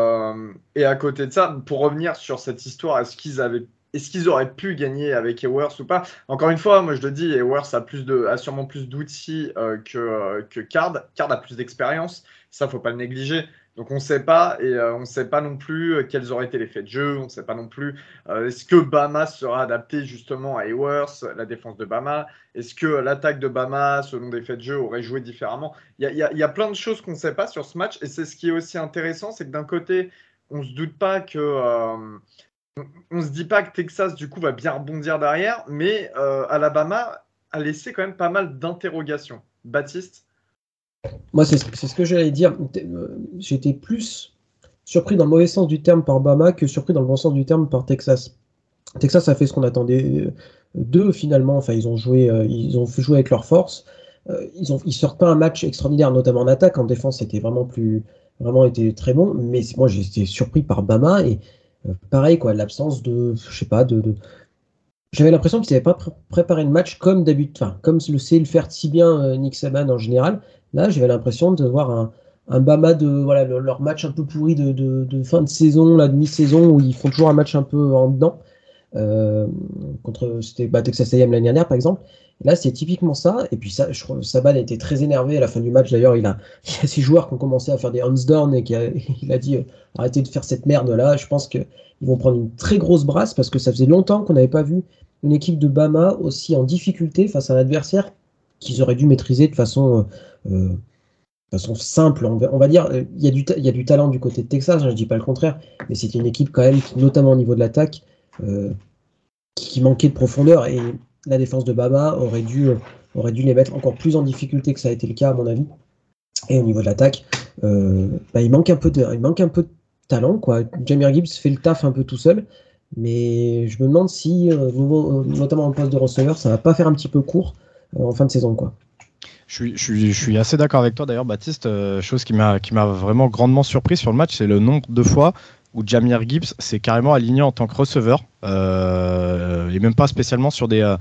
à côté de ça, pour revenir sur cette histoire, est-ce qu'ils auraient pu gagner avec Ewers ou pas? Encore une fois, moi je le dis, Ewers a sûrement plus d'outils que Card. Card a plus d'expérience, ça faut pas le négliger. Donc on ne sait pas, et on ne sait pas non plus quels auraient été les faits de jeu, on ne sait pas non plus est-ce que Bama sera adapté justement à Ewers, la défense de Bama, est-ce que l'attaque de Bama, selon des faits de jeu, aurait joué différemment. Il y a plein de choses qu'on ne sait pas sur ce match, et c'est ce qui est aussi intéressant, c'est que d'un côté, on ne se doute pas que... on se dit pas que Texas, du coup, va bien rebondir derrière, mais Alabama a laissé quand même pas mal d'interrogations. Baptiste?
Moi, c'est ce que j'allais dire. J'étais plus surpris dans le mauvais sens du terme par Bama que surpris dans le bon sens du terme par Texas. Texas a fait ce qu'on attendait d'eux, finalement. Enfin, ils ont joué avec leur force. Ils sortent pas un match extraordinaire, notamment en attaque. En défense, c'était vraiment été très bon. Mais moi, j'ai été surpris par Bama et pareil, quoi, l'absence de, je sais pas, j'avais l'impression qu'ils n'avaient pas préparé le match comme d'habitude, enfin, comme le sait le faire si bien Nick Saban en général. Là, j'avais l'impression de voir un Bama de leur match un peu pourri de fin de saison, la demi-saison, où ils font toujours un match un peu en dedans. C'était Texas A&M l'année dernière, par exemple. Et là, c'est typiquement ça. Et puis, ça, je crois que Saban a été très énervé à la fin du match. D'ailleurs, il y a ces joueurs qui ont commencé à faire des hands down et il a dit arrêtez de faire cette merde-là. Je pense qu'ils vont prendre une très grosse brasse parce que ça faisait longtemps qu'on n'avait pas vu une équipe de Bama aussi en difficulté face à un adversaire qu'ils auraient dû maîtriser de façon simple. On va dire, il y a du talent du côté de Texas, je ne dis pas le contraire, mais c'était une équipe quand même, notamment au niveau de l'attaque, qui manquait de profondeur, et la défense de Bama aurait dû les mettre encore plus en difficulté que ça a été le cas à mon avis. Et au niveau de l'attaque, il manque un peu de talent, quoi. Jahmyr Gibbs fait le taf un peu tout seul, mais je me demande si, notamment en poste de receveur, ça va pas faire un petit peu court en fin de saison, quoi.
Je suis assez d'accord avec toi d'ailleurs, Baptiste. Chose qui m'a vraiment grandement surpris sur le match, c'est le nombre de fois où Jahmyr Gibbs s'est carrément aligné en tant que receveur, et même pas spécialement sur des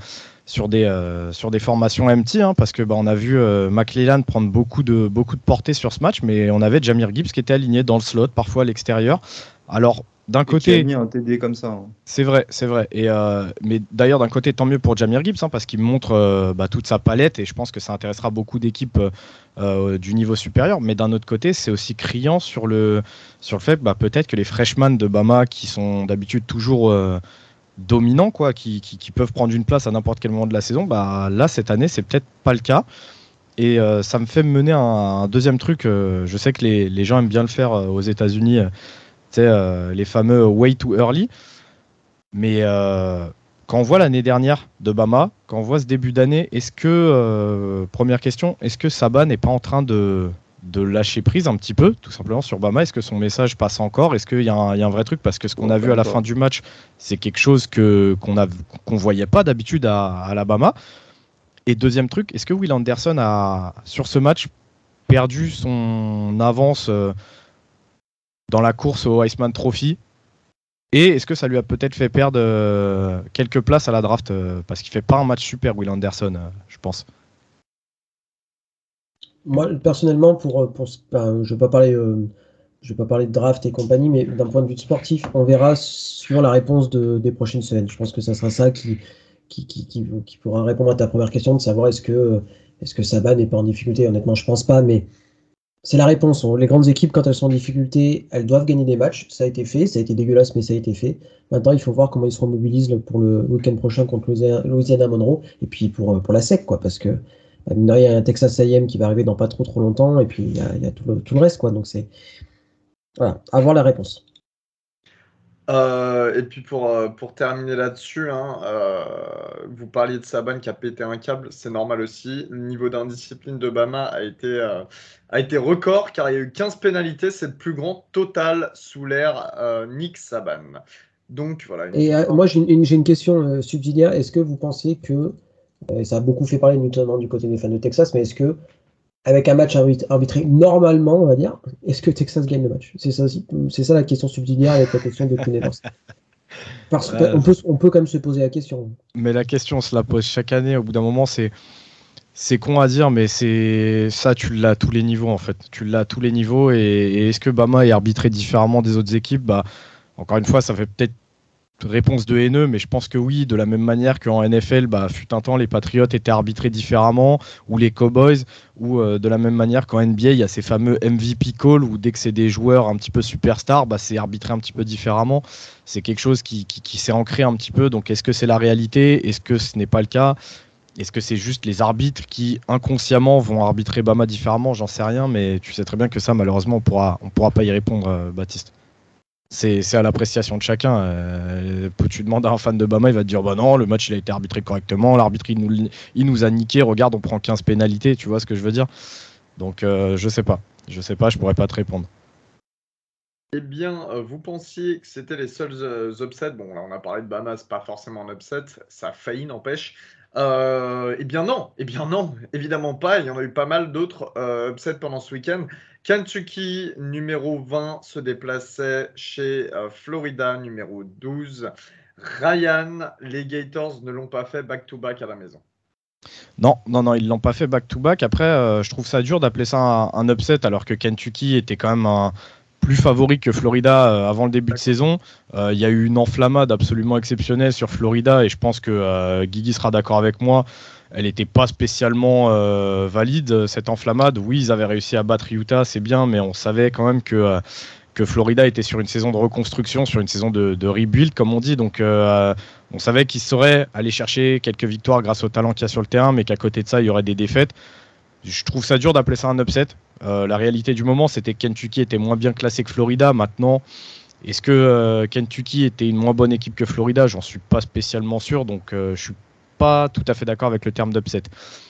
formations empty, parce que on a vu McClellan prendre beaucoup de portée sur ce match, mais on avait Jahmyr Gibbs qui était aligné dans le slot, parfois à l'extérieur. Alors d'un côté,
qui a mis un TD comme ça.
C'est vrai. Et mais d'ailleurs d'un côté, tant mieux pour Jahmyr Gibbs, parce qu'il montre toute sa palette, et je pense que ça intéressera beaucoup d'équipes du niveau supérieur. Mais d'un autre côté, c'est aussi criant sur le fait peut-être que les freshmen de Bama, qui sont d'habitude toujours dominants, quoi, qui peuvent prendre une place à n'importe quel moment de la saison, là cette année c'est peut-être pas le cas. Et ça me fait mener à un deuxième truc. Je sais que les gens aiment bien le faire aux États-Unis. Les fameux way too early. Mais quand on voit l'année dernière de Bama, quand on voit ce début d'année, est-ce que, première question, est-ce que Saban n'est pas en train de lâcher prise un petit peu, tout simplement, sur Bama? Est-ce que son message passe encore? Est-ce qu'il y a un vrai truc? Parce que ce qu'on a vu à la fin du match, c'est quelque chose qu'on voyait pas d'habitude à Alabama. Et deuxième truc, est-ce que Will Anderson a, sur ce match, perdu son avance dans la course au Heisman Trophy? Et est-ce que ça lui a peut-être fait perdre quelques places à la draft, parce qu'il fait pas un match super, Will Anderson, je pense.
Moi, personnellement, je vais pas parler de draft et compagnie, mais d'un point de vue sportif, on verra suivant la réponse des prochaines semaines. Je pense que ça sera ça qui pourra répondre à ta première question, de savoir est-ce que Saban n'est pas en difficulté. Honnêtement, je pense pas, mais c'est la réponse. Les grandes équipes, quand elles sont en difficulté, elles doivent gagner des matchs. Ça a été fait, ça a été dégueulasse, mais ça a été fait. Maintenant, il faut voir comment ils se remobilisent pour le week-end prochain contre Louisiana Monroe, et puis pour la SEC, quoi, parce que il y a un Texas A&M qui va arriver dans pas trop longtemps, et puis il y a tout le reste, quoi. Donc c'est voilà, avoir la réponse.
Et puis pour terminer là-dessus, vous parliez de Saban qui a pété un câble, c'est normal aussi. Le niveau d'indiscipline de Bama a été record, car il y a eu 15 pénalités, c'est le plus grand total sous l'ère Nick Saban. Donc voilà.
Et moi j'ai une question subsidiaire. Est-ce que vous pensez que Et ça a beaucoup fait parler, notamment du côté des fans de Texas, mais est-ce que, avec un match arbitré normalement, on va dire, est-ce que Texas gagne le match? C'est ça aussi, c'est ça la question subsidiaire avec la question de Quinn Ewers. Parce
Ouais,
qu'on peut quand même se poser la question.
mais la question, on se la pose chaque année. Au bout d'un moment, c'est con à dire, mais c'est ça, tu l'as à tous les niveaux en fait. Tu l'as à tous les niveaux. Et est-ce que Bama est arbitré différemment des autres équipes? Bah, encore une fois, ça fait peut-être réponse de haineux, mais je pense que oui, de la même manière qu'en NFL, bah, fut un temps, les Patriots étaient arbitrés différemment, ou les Cowboys, ou de la même manière qu'en NBA, il y a ces fameux MVP calls, où dès que c'est des joueurs un petit peu superstars, bah, c'est arbitré un petit peu différemment. C'est quelque chose qui s'est ancré un petit peu. Donc est-ce que c'est la réalité? Est-ce que ce n'est pas le cas? Est-ce que c'est juste les arbitres qui inconsciemment vont arbitrer Bama différemment? J'en sais rien, mais tu sais très bien que ça, malheureusement, on pourra pas y répondre, Baptiste. C'est à l'appréciation de chacun. Tu demandes à un fan de Bama, il va te dire bah non, le match il a été arbitré correctement, l'arbitre il nous a niqué, regarde, on prend 15 pénalités, tu vois ce que je veux dire? Donc je sais pas. Je sais pas, je pourrais pas te répondre.
Eh bien, vous pensiez que c'était les seuls upsets. Bon, là, on a parlé de Bama, c'est pas forcément un upset. Ça a failli, n'empêche. Eh bien, non. Eh bien, non. Évidemment pas. Il y en a eu pas mal d'autres upsets pendant ce week-end. Kentucky, numéro 20, se déplaçait chez Florida, numéro 12. Ryan, les Gators ne l'ont pas fait back-to-back à la maison.
Non, non, non, ils l'ont pas fait back-to-back. Après, je trouve ça dur d'appeler ça un upset alors que Kentucky était quand même un plus favori que Florida avant le début de saison. Il y a eu une enflammade absolument exceptionnelle sur Florida et je pense que Guigui sera d'accord avec moi. Elle n'était pas spécialement valide, cette enflammade. Oui, ils avaient réussi à battre Utah, c'est bien, mais on savait quand même que Florida était sur une saison de reconstruction, sur une saison de rebuild, comme on dit. Donc, on savait qu'ils sauraient aller chercher quelques victoires grâce au talent qu'il y a sur le terrain, mais qu'à côté de ça, il y aurait des défaites. Je trouve ça dur d'appeler ça un upset. La réalité du moment, c'était que Kentucky était moins bien classé que Florida. Maintenant, est-ce que Kentucky était une moins bonne équipe que Florida? J'en suis pas spécialement sûr, donc je suis pas tout à fait d'accord avec le terme d'upset.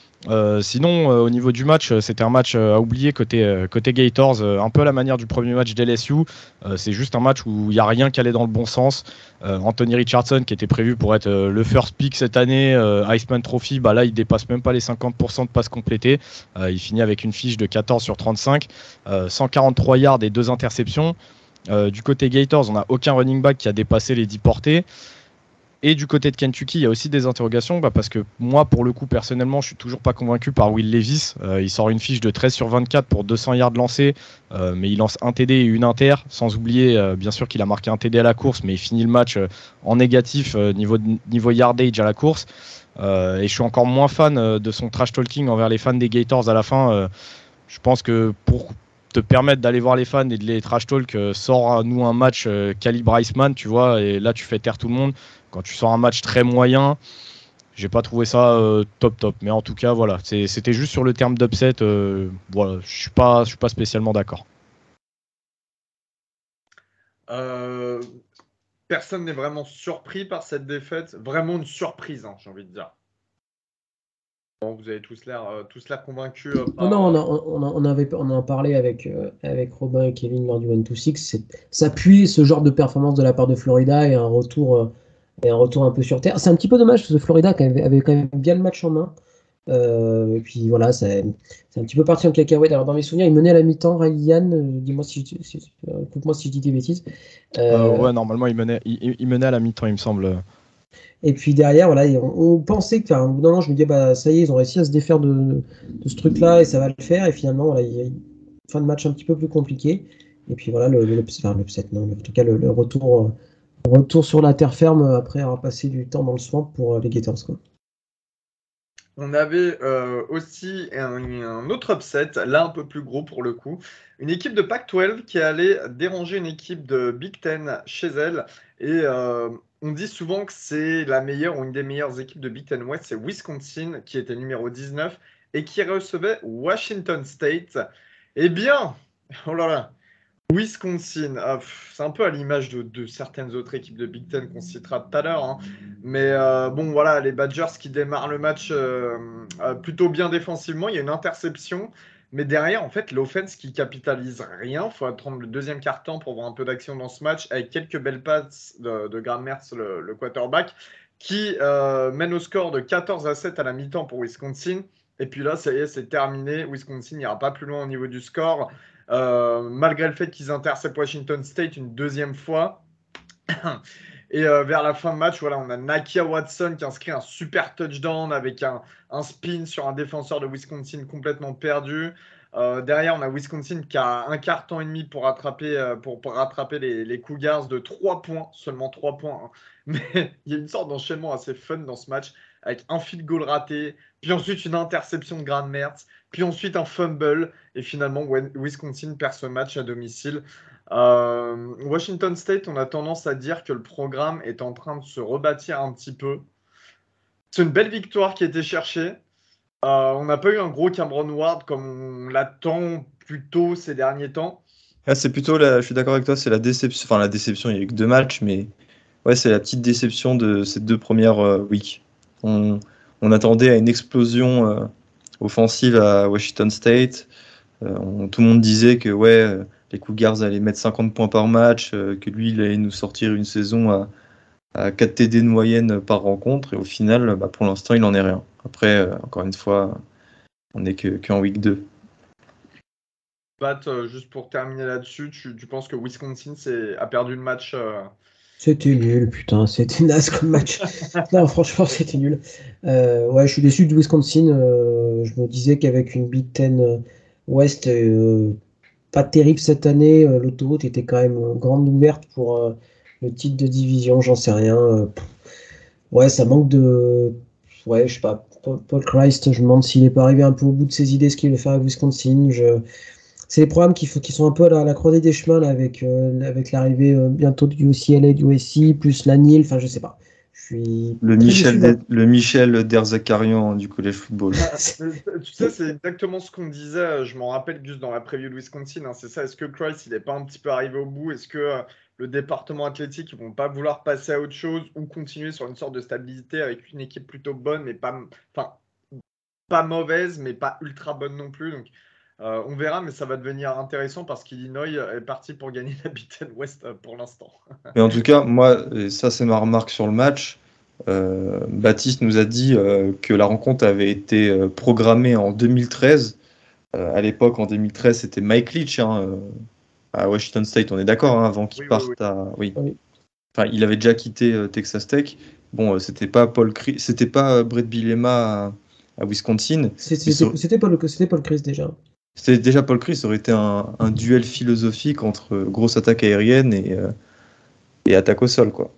Sinon, au niveau du match, c'était un match à oublier côté Gators, un peu à la manière du premier match d'LSU. C'est juste un match où il n'y a rien qui allait dans le bon sens. Anthony Richardson, qui était prévu pour être le first pick cette année, Iceman Trophy, bah là, il dépasse même pas les 50% de passes complétées. Il finit avec une fiche de 14 sur 35, 143 yards et 2 interceptions. Du côté Gators, on n'a aucun running back qui a dépassé les 10 portées. Et du côté de Kentucky, il y a aussi des interrogations parce que moi, pour le coup, personnellement, je suis toujours pas convaincu par Will Levis. Il sort une fiche de 13 sur 24 pour 200 yards lancés, mais il lance un TD et une inter, sans oublier bien sûr qu'il a marqué un TD à la course, mais il finit le match en négatif niveau yardage à la course. Et je suis encore moins fan de son trash talking envers les fans des Gators à la fin. Je pense que pour te permettre d'aller voir les fans et de les trash talk, sort nous un match calibre Iceman, tu vois, et là tu fais taire tout le monde. Quand tu sors un match très moyen, j'ai pas trouvé ça top. Mais en tout cas, voilà, c'était juste sur le terme d'upset. Voilà, je suis pas spécialement d'accord.
Personne n'est vraiment surpris par cette défaite. Vraiment une surprise, hein, j'ai envie de dire. Bon, vous avez tous l'air convaincus par.
Non, on en a parlé avec Robin et Kevin lors du 1-2-6. S'appuyer ce genre de performance de la part de Florida et un retour un peu sur terre. C'est un petit peu dommage parce que Florida avait quand même bien le match en main. Et puis voilà, c'est un petit peu parti en cacahuète. Alors dans mes souvenirs, il menait à la mi-temps, Ryan, dis-moi coupe-moi si je dis des bêtises.
Ouais, normalement, il menait à la mi-temps, il me semble.
Et puis derrière, voilà, on pensait que, enfin, au bout d'un moment, je me disais, bah, ça y est, ils ont réussi à se défaire de ce truc-là et ça va le faire. Et finalement, voilà, il y a une fin de match un petit peu plus compliquée. Et puis voilà, l'upset, non, mais en tout cas, le retour sur la terre ferme après avoir passé du temps dans le swamp pour les Gators, quoi.
On avait aussi un autre upset, là un peu plus gros pour le coup. Une équipe de Pac-12 qui allait déranger une équipe de Big Ten chez elle. Et on dit souvent que c'est la meilleure ou une des meilleures équipes de Big Ten West. C'est Wisconsin qui était numéro 19 et qui recevait Washington State. Eh bien, oh là là, Wisconsin, c'est un peu à l'image de certaines autres équipes de Big Ten qu'on citera tout à l'heure, hein. Mais bon, voilà, les Badgers qui démarrent le match plutôt bien défensivement. Il y a une interception, mais derrière, en fait, l'offense qui capitalise rien. Il faut attendre le deuxième quart-temps pour voir un peu d'action dans ce match, avec quelques belles passes de Graham Mertz, le quarterback, qui mène au score de 14-7 à la mi-temps pour Wisconsin. Et puis là, ça y est, c'est terminé. Wisconsin n'ira pas plus loin au niveau du score, malgré le fait qu'ils interceptent Washington State une deuxième fois. Et vers la fin de match, voilà, on a Nakia Watson qui inscrit un super touchdown avec un spin sur un défenseur de Wisconsin complètement perdu. Derrière, on a Wisconsin qui a un quart temps et demi pour rattraper, pour rattraper les Cougars de 3 points, seulement 3 points. Hein. Mais il y a une sorte d'enchaînement assez fun dans ce match, avec un field goal raté, puis ensuite une interception de Graham Mertz, puis ensuite un fumble, et finalement Wisconsin perd ce match à domicile. Washington State, on a tendance à dire que le programme est en train de se rebâtir un petit peu. C'est une belle victoire qui a été cherchée. On n'a pas eu un gros Cameron Ward comme on l'attend plutôt ces derniers temps.
C'est plutôt, je suis d'accord avec toi, c'est la déception. Enfin, la déception, il n'y a eu que 2 matchs, mais ouais, c'est la petite déception de ces 2 premières weeks. On attendait à une explosion offensive à Washington State. Tout le monde disait que les Cougars allaient mettre 50 points par match, que lui, il allait nous sortir une saison à 4 TD de moyenne par rencontre. Et au final, pour l'instant, il n'en est rien. Après, encore une fois, on n'est qu'en week 2.
Pat, juste pour terminer là-dessus, tu penses que Wisconsin a perdu le match
C'était nul, putain, c'était naze comme match. Non, franchement, c'était nul. Ouais, je suis déçu de Wisconsin. Je me disais qu'avec une Big Ten West pas terrible cette année, l'autoroute était quand même grande ouverte pour le titre de division, j'en sais rien. Ouais, ça manque de. Ouais, je sais pas. Paul Christ, je me demande s'il n'est pas arrivé un peu au bout de ses idées, ce qu'il veut faire avec Wisconsin. C'est les programmes qui sont un peu à la croisée des chemins là, avec l'arrivée bientôt du UCLA, du USC, plus la NIL, enfin je sais pas. Je suis
Le
très déçu, là.
Michel Derzakarian du collège football.
Tu sais, c'est exactement ce qu'on disait. Je m'en rappelle, Gus, dans la preview de Wisconsin. Hein, c'est ça. Est-ce que Christ, il n'est pas un petit peu arrivé au bout? Est-ce que le département athlétique, ils vont pas vouloir passer à autre chose ou continuer sur une sorte de stabilité avec une équipe plutôt bonne, mais pas mauvaise, mais pas ultra bonne non plus. Donc, on verra, mais ça va devenir intéressant parce qu'Illinois est parti pour gagner la Big Ten West pour l'instant.
Mais en tout cas, moi, et ça c'est ma remarque sur le match, Baptiste nous a dit que la rencontre avait été programmée en 2013. À l'époque, en 2013, c'était Mike Leach à Washington State, on est d'accord, hein, avant qu'il parte à... Oui. Enfin, il avait déjà quitté Texas Tech. Bon, c'était pas Brett Bielema à Wisconsin.
C'était Paul Christ déjà.
C'était déjà Paul Christ, ça aurait été un duel philosophique entre grosse attaque aérienne et attaque au sol, quoi.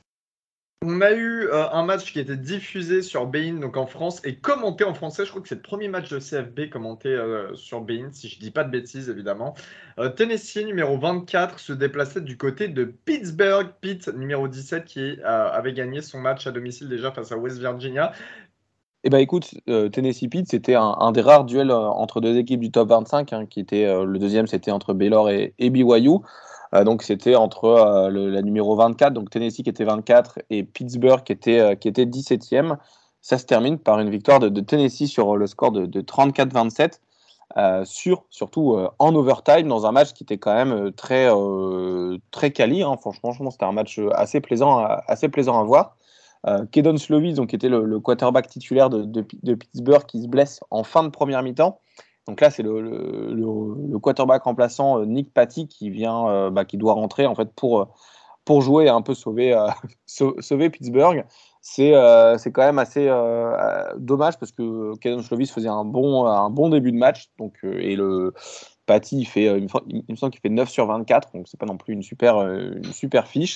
On a eu un match qui était diffusé sur beIN, donc en France, et commenté en français. Je crois que c'est le premier match de CFB commenté sur beIN, si je dis pas de bêtises, évidemment. Tennessee, numéro 24, se déplaçait du côté de Pittsburgh. Pitt, numéro 17, qui avait gagné son match à domicile déjà face à West Virginia.
Eh ben écoute, Tennessee Pitt, c'était un des rares duels entre 2 équipes du top 25, hein, qui était le deuxième, c'était entre Baylor et BYU. Donc c'était entre la numéro 24, donc Tennessee qui était 24 et Pittsburgh qui était 17e. Ça se termine par une victoire de Tennessee sur le score de 34-27, surtout en overtime, dans un match qui était quand même très quali. Hein. Franchement, c'était un match assez plaisant à voir. Kedon Slovis, donc, qui était le quarterback titulaire de Pittsburgh, qui se blesse en fin de première mi-temps. Donc là, c'est le quarterback remplaçant Nick Patty qui doit rentrer en fait pour jouer et un peu sauver Pittsburgh. C'est quand même assez dommage parce que Kedon Slovis faisait un bon début de match. Donc, et le Patty, il me semble qu'il fait 9 sur 24, donc c'est pas non plus une super fiche.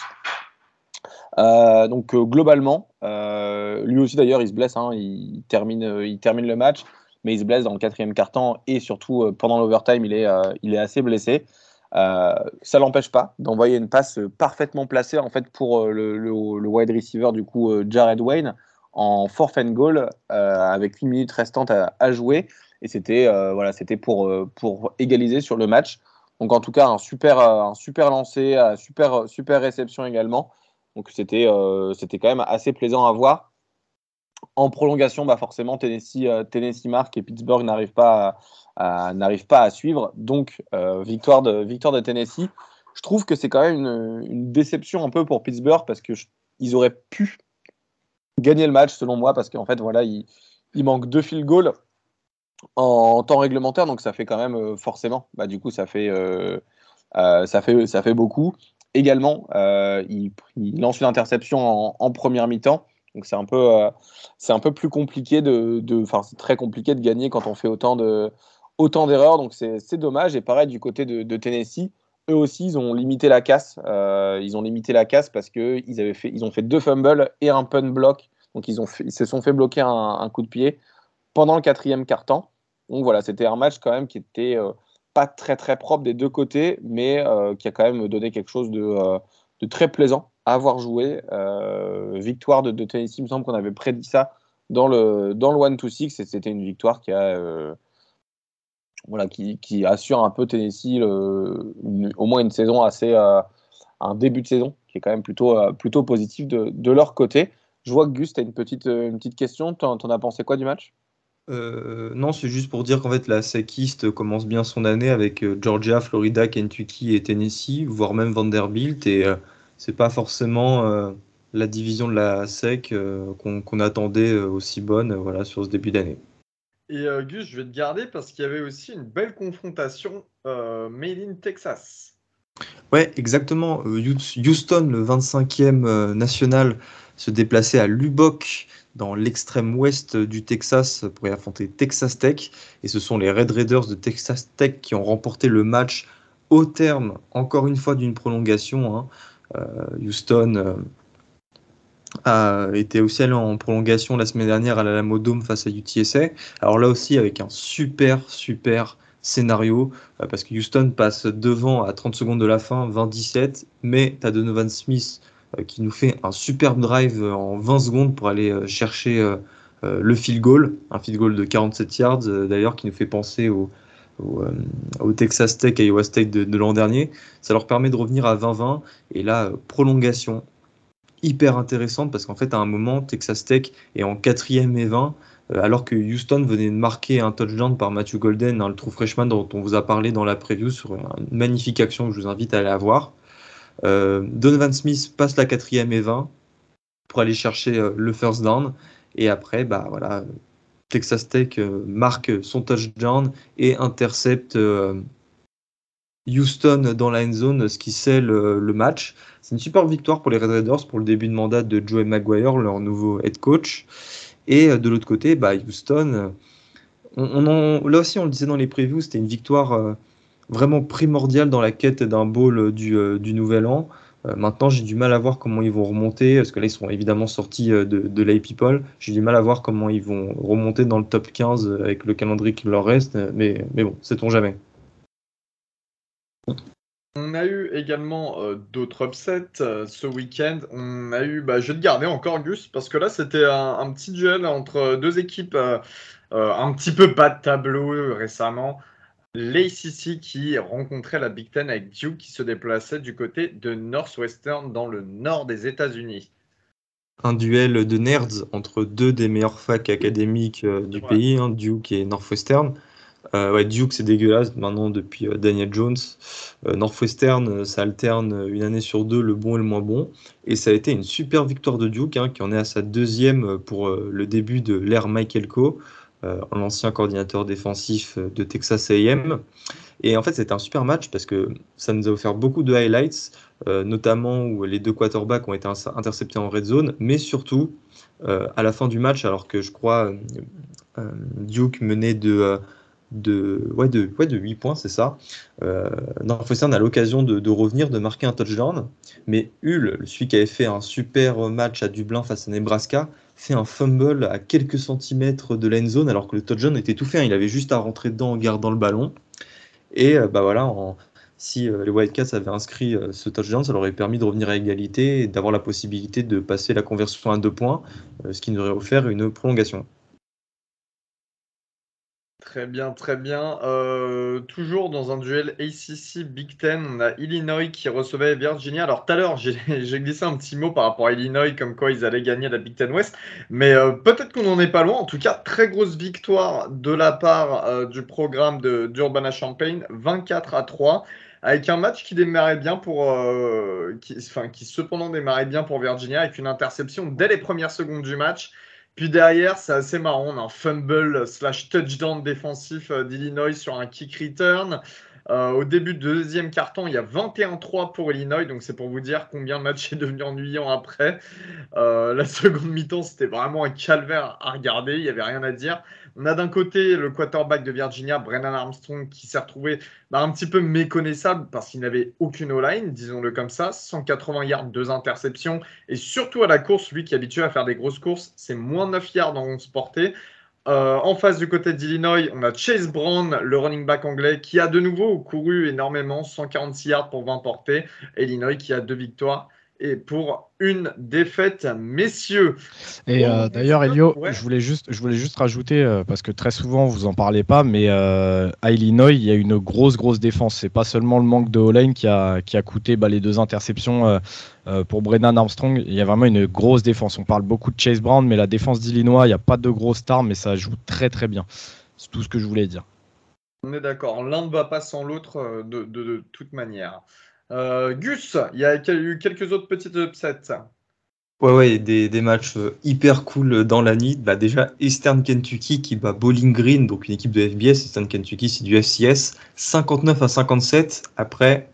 Donc globalement, lui aussi d'ailleurs, il se blesse. Hein, il termine le match, mais il se blesse dans le 4e quart-temps et surtout pendant l'overtime, il est assez blessé. Ça l'empêche pas d'envoyer une passe parfaitement placée en fait pour le wide receiver du coup Jared Wayne en 4th and goal avec 8 minutes restantes à jouer, et c'était pour égaliser sur le match. Donc en tout cas un super lancer, super réception également. Donc c'était quand même assez plaisant à voir. En prolongation, forcément Tennessee marque et Pittsburgh n'arrive pas à suivre. Donc victoire de Tennessee. Je trouve que c'est quand même une déception un peu pour Pittsburgh parce que ils auraient pu gagner le match, selon moi, parce qu'en fait, voilà, il manque 2 field goals en temps réglementaire, donc ça fait quand même forcément, bah, du coup, ça fait beaucoup. Également, il lance une interception en première mi-temps, donc c'est un peu plus compliqué c'est très compliqué de gagner quand on fait autant d'erreurs, donc c'est dommage. Et pareil du côté de Tennessee, eux aussi ils ont limité la casse. Ils ont limité la casse parce que ils ont fait 2 fumbles et un punt block, donc ils se sont fait bloquer un coup de pied pendant le 4e quart-temps. Donc voilà, c'était un match quand même qui était pas très très propre des deux côtés, mais qui a quand même donné quelque chose de très plaisant à avoir joué. Victoire de Tennessee, il me semble qu'on avait prédit ça dans le 1-2-6, et c'était une victoire qui assure un peu Tennessee au moins une saison un début de saison qui est quand même plutôt positif de leur côté. Je vois que Gus, tu as une petite question. T'en as pensé quoi du match?
Non, c'est juste pour dire qu'en fait la SEC East commence bien son année avec Georgia, Florida, Kentucky et Tennessee, voire même Vanderbilt. Et c'est pas forcément la division de la SEC qu'on attendait aussi bonne voilà, sur ce début d'année.
Et Gus, je vais te garder parce qu'il y avait aussi une belle confrontation made in Texas.
Ouais, exactement. Houston, le 25e national, se déplaçait à Lubbock, dans l'extrême ouest du Texas, pour y affronter Texas Tech. Et ce sont les Red Raiders de Texas Tech qui ont remporté le match au terme, encore une fois, d'une prolongation. Hein. Houston a été aussi allé en prolongation la semaine dernière à l'Alamo Dome face à UTSA. Alors là aussi, avec un super scénario, parce que Houston passe devant à 30 secondes de la fin, 20-17, mais tu as Donovan Smith qui nous fait un superbe drive en 20 secondes pour aller chercher le field goal, un field goal de 47 yards d'ailleurs, qui nous fait penser au Texas Tech et Iowa State de l'an dernier. Ça leur permet de revenir à 20-20, et là, prolongation hyper intéressante, parce qu'en fait, à un moment, Texas Tech est en 4e et 20, alors que Houston venait de marquer un touchdown par Matthew Golden, hein, le true freshman dont on vous a parlé dans la preview, sur une magnifique action que je vous invite à aller voir. Donovan Smith passe la 4e et 20 pour aller chercher le first down, et après, bah voilà, Texas Tech marque son touchdown et intercepte Houston dans la end zone, ce qui scelle le match. C'est une super victoire pour les Red Raiders pour le début de mandat de Joey Maguire, leur nouveau head coach. Et de l'autre côté, bah, Houston, là aussi on le disait dans les previews, c'était une victoire vraiment primordiale dans la quête d'un bowl du Nouvel An. Maintenant, j'ai du mal à voir comment ils vont remonter, parce que là, ils sont évidemment sortis de l'A People. J'ai du mal à voir comment ils vont remonter dans le top 15 avec le calendrier qui leur reste, mais bon, sait-on jamais.
On a eu également d'autres upsets ce week-end. On a eu, je vais te garder encore Gus, parce que là c'était un petit duel entre deux équipes un petit peu bas de tableau récemment. L'ACC qui rencontrait la Big Ten avec Duke qui se déplaçait du côté de Northwestern dans le nord des États-Unis.
Un duel de nerds entre deux des meilleures facs académiques du pays, hein, Duke et Northwestern. Ouais, Duke, c'est dégueulasse maintenant depuis Daniel Jones. Northwestern, ça alterne une année sur deux le bon et le moins bon. Et ça a été une super victoire de Duke, hein, qui en est à sa 2e pour le début de l'ère Mike Elko, l'ancien coordinateur défensif de Texas A&M. Et en fait, c'était un super match parce que ça nous a offert beaucoup de highlights, notamment où les deux quarterbacks ont été interceptés en red zone, mais surtout à la fin du match, alors que je crois Duke menait de 8 points, c'est ça. Northwestern a l'occasion de revenir, de marquer un touchdown, mais Hull, celui qui avait fait un super match à Dublin face à Nebraska, fait un fumble à quelques centimètres de la end zone, alors que le touchdown était tout fait, hein. Il avait juste à rentrer dedans en gardant le ballon. Et voilà, si les Wildcats avaient inscrit ce touchdown, ça leur aurait permis de revenir à égalité et d'avoir la possibilité de passer la conversion à 2 points, ce qui nous aurait offert une prolongation.
Très bien, très bien. Toujours dans un duel ACC Big Ten, on a Illinois qui recevait Virginia. Alors tout à l'heure, j'ai glissé un petit mot par rapport à Illinois, comme quoi ils allaient gagner la Big Ten West. Mais peut-être qu'on n'en est pas loin. En tout cas, très grosse victoire de la part du programme d'Urbana-Champaign, 24-3. avec un match qui démarrait bien qui cependant démarrait bien pour Virginia avec une interception dès les premières secondes du match. Puis derrière, c'est assez marrant, on a un fumble / touchdown défensif d'Illinois sur un kick return. Au début de deuxième quart-temps, il y a 21-3 pour Illinois, donc c'est pour vous dire combien le match est devenu ennuyant après. La seconde mi-temps, c'était vraiment un calvaire à regarder, il n'y avait rien à dire. On a d'un côté le quarterback de Virginia, Brennan Armstrong, qui s'est retrouvé un petit peu méconnaissable parce qu'il n'avait aucune O-line, disons-le comme ça, 180 yards, 2 interceptions, et surtout à la course, lui qui est habitué à faire des grosses courses, c'est moins 9 yards en 11 portées. En face du côté d'Illinois, on a Chase Brown, le running back anglais, qui a de nouveau couru énormément, 146 yards pour 20 portées. Illinois qui a 2 victoires et pour une défaite, messieurs.
Et
Bon,
d'ailleurs, Elio,
ouais.
je voulais juste rajouter, parce que très souvent vous en parlez pas, mais à Illinois, il y a une grosse défense. C'est pas seulement le manque de O-line qui a coûté les 2 interceptions pour Brennan Armstrong. Il y a vraiment une grosse défense. On parle beaucoup de Chase Brown, mais la défense d'Illinois, il n'y a pas de grosses stars, mais ça joue très bien. C'est tout ce que je voulais dire.
On est d'accord, l'un ne va pas sans l'autre de toute manière. Gus, il y a eu quelques autres petites upsets.
Ouais, des matchs hyper cool dans la nuit. Bah, déjà, Eastern Kentucky qui bat Bowling Green, donc une équipe de FBS. Eastern Kentucky, c'est du FCS. 59-57 après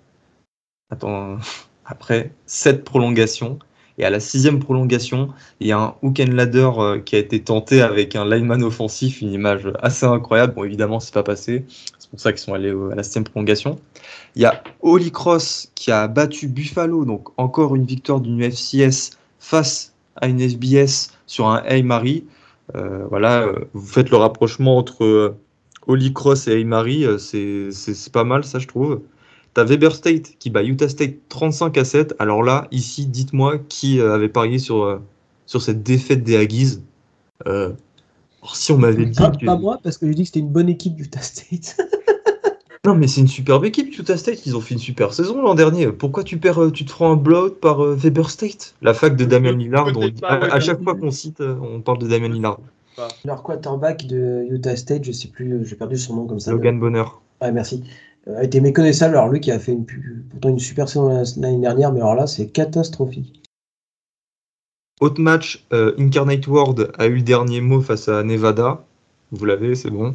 7 prolongations. Et à la 6e prolongation, il y a un hook and ladder qui a été tenté avec un lineman offensif, une image assez incroyable. Bon, évidemment, c'est pas passé. C'est pour ça qu'ils sont allés à la 6e prolongation. Il y a Holy Cross qui a battu Buffalo, donc encore une victoire d'une FCS face à une FBS sur un Hail Mary. Vous faites le rapprochement entre Holy Cross et Hail Mary, c'est pas mal, ça, je trouve. T'as Weber State qui bat Utah State 35-7. Alors là, ici, dites-moi qui avait parié sur cette défaite des Aggies. Si on m'avait dit
Pas moi, parce que j'ai dit que c'était une bonne équipe Utah State.
Non, mais c'est une superbe équipe, Utah State. Ils ont fait une super saison l'an dernier. Pourquoi tu te prends un blowout par Weber State? La fac de Damian Lillard. À chaque fois qu'on cite, on parle de Damian Lillard.
Leur quarterback de Utah State, je sais plus, j'ai perdu son nom comme ça.
Logan Bonner.
Ouais, merci. A été méconnaissable. Alors lui qui a fait pourtant une super saison l'année dernière, mais alors là, c'est catastrophique.
Autre match, Incarnate Word a eu le dernier mot face à Nevada. Vous l'avez, c'est bon.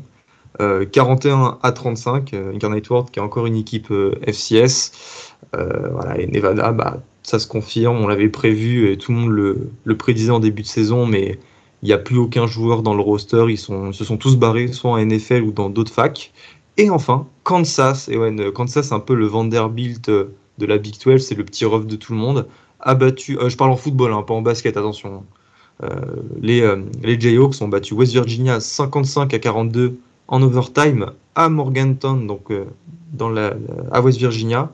41-35. Incarnate Word qui est encore une équipe FCS. Et Nevada, ça se confirme. On l'avait prévu et tout le monde le prédisait en début de saison, mais il n'y a plus aucun joueur dans le roster. Ils se sont tous barrés, soit en NFL ou dans d'autres facs. Et enfin, Kansas. Et ouais, Kansas, c'est un peu le Vanderbilt de la Big 12. C'est le petit ref de tout le monde. A battu, je parle en football, pas en basket, attention. Les Jayhawks ont battu West Virginia 55-42 en overtime à Morgantown, donc à West Virginia.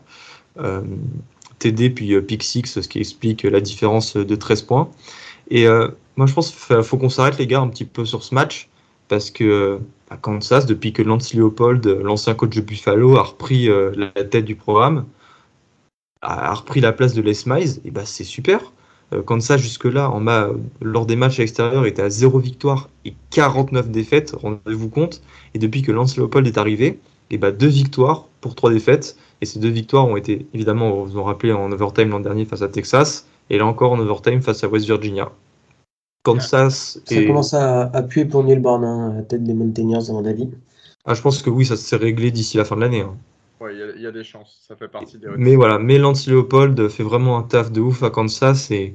TD puis pick 6, ce qui explique la différence de 13 points. Et moi, je pense qu'il faut qu'on s'arrête, les gars, un petit peu sur ce match, parce que à Kansas, depuis que Lance Leopold, l'ancien coach de Buffalo, a repris la tête du programme, a repris la place de Les Miles, et c'est super. Kansas, jusque-là, lors des matchs extérieurs, était à 0 victoire et 49 défaites, rendez-vous compte. Et depuis que Lance Leopold est arrivé, 2 victoires pour 3 défaites. Et ces 2 victoires ont été, évidemment, vous vous rappelez, en overtime l'an dernier face à Texas, et là encore en overtime face à West Virginia. Kansas.
Ça commence à puer pour Neil Brown, à la tête des Mountaineers, à mon avis.
Je pense que oui, ça s'est réglé d'ici la fin de l'année.
Ouais, il y a des chances, ça fait partie des...
Mais Lance Leopold fait vraiment un taf de ouf à Kansas, et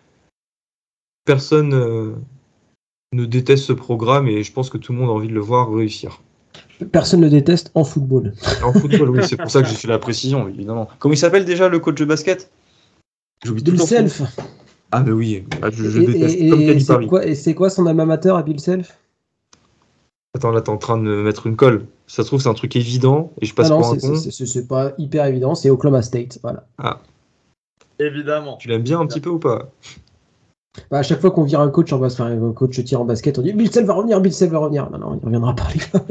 personne ne déteste ce programme, et je pense que tout le monde a envie de le voir réussir.
Personne ne le déteste en football.
En football, oui, c'est pour ça que j'ai fait la précision, évidemment. Comment il s'appelle déjà, le coach de basket?
Bill Self.
Ah, mais oui, je déteste. Comme Kelly Paris.
Et c'est quoi son alma mater à Bill Self?
Attends, là, t'es en train de me mettre une colle. Ça se trouve, c'est un truc évident, et je passe pour un con.
C'est pas hyper évident, c'est Oklahoma State, voilà.
Ah.
Évidemment.
Tu l'aimes bien un petit peu ou pas?
À chaque fois qu'on vire un coach, un coach tire en basket, on dit Bill Self va revenir. Non, il reviendra pas.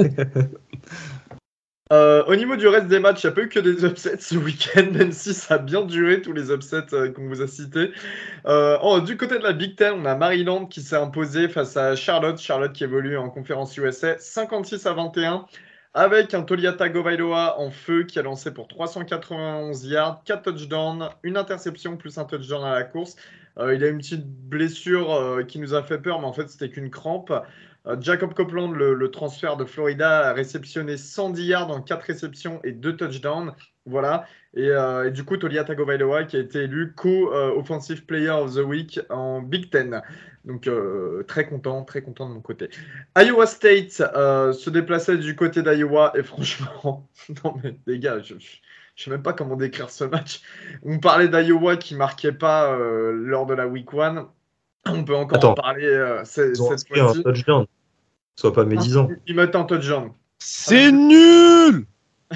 Au niveau du reste des matchs, il n'y a pas eu que des upsets ce week-end, même si ça a bien duré tous les upsets qu'on vous a cités. Du côté de la Big Ten, on a Maryland qui s'est imposé face à Charlotte qui évolue en conférence USA 56-21. avec un Taulia Tagovailoa en feu qui a lancé pour 391 yards, 4 touchdowns, une interception plus un touchdown à la course. Il a une petite blessure qui nous a fait peur, mais en fait, c'était qu'une crampe. Jacob Copeland, le transfert de Florida, a réceptionné 110 yards en 4 réceptions et 2 touchdowns. Voilà. Et du coup, Taulia Tagovailoa qui a été élu co-offensive player of the week en Big Ten. Donc, très content de mon côté. Iowa State se déplaçait du côté d'Iowa et franchement, non mais les gars, je sais même pas comment décrire ce match. On parlait d'Iowa qui marquait pas lors de la week 1. On peut encore en parler cette
fois-ci. Un touchdown. Sois pas médisant.
Ils mettent un touchdown.
C'est nul.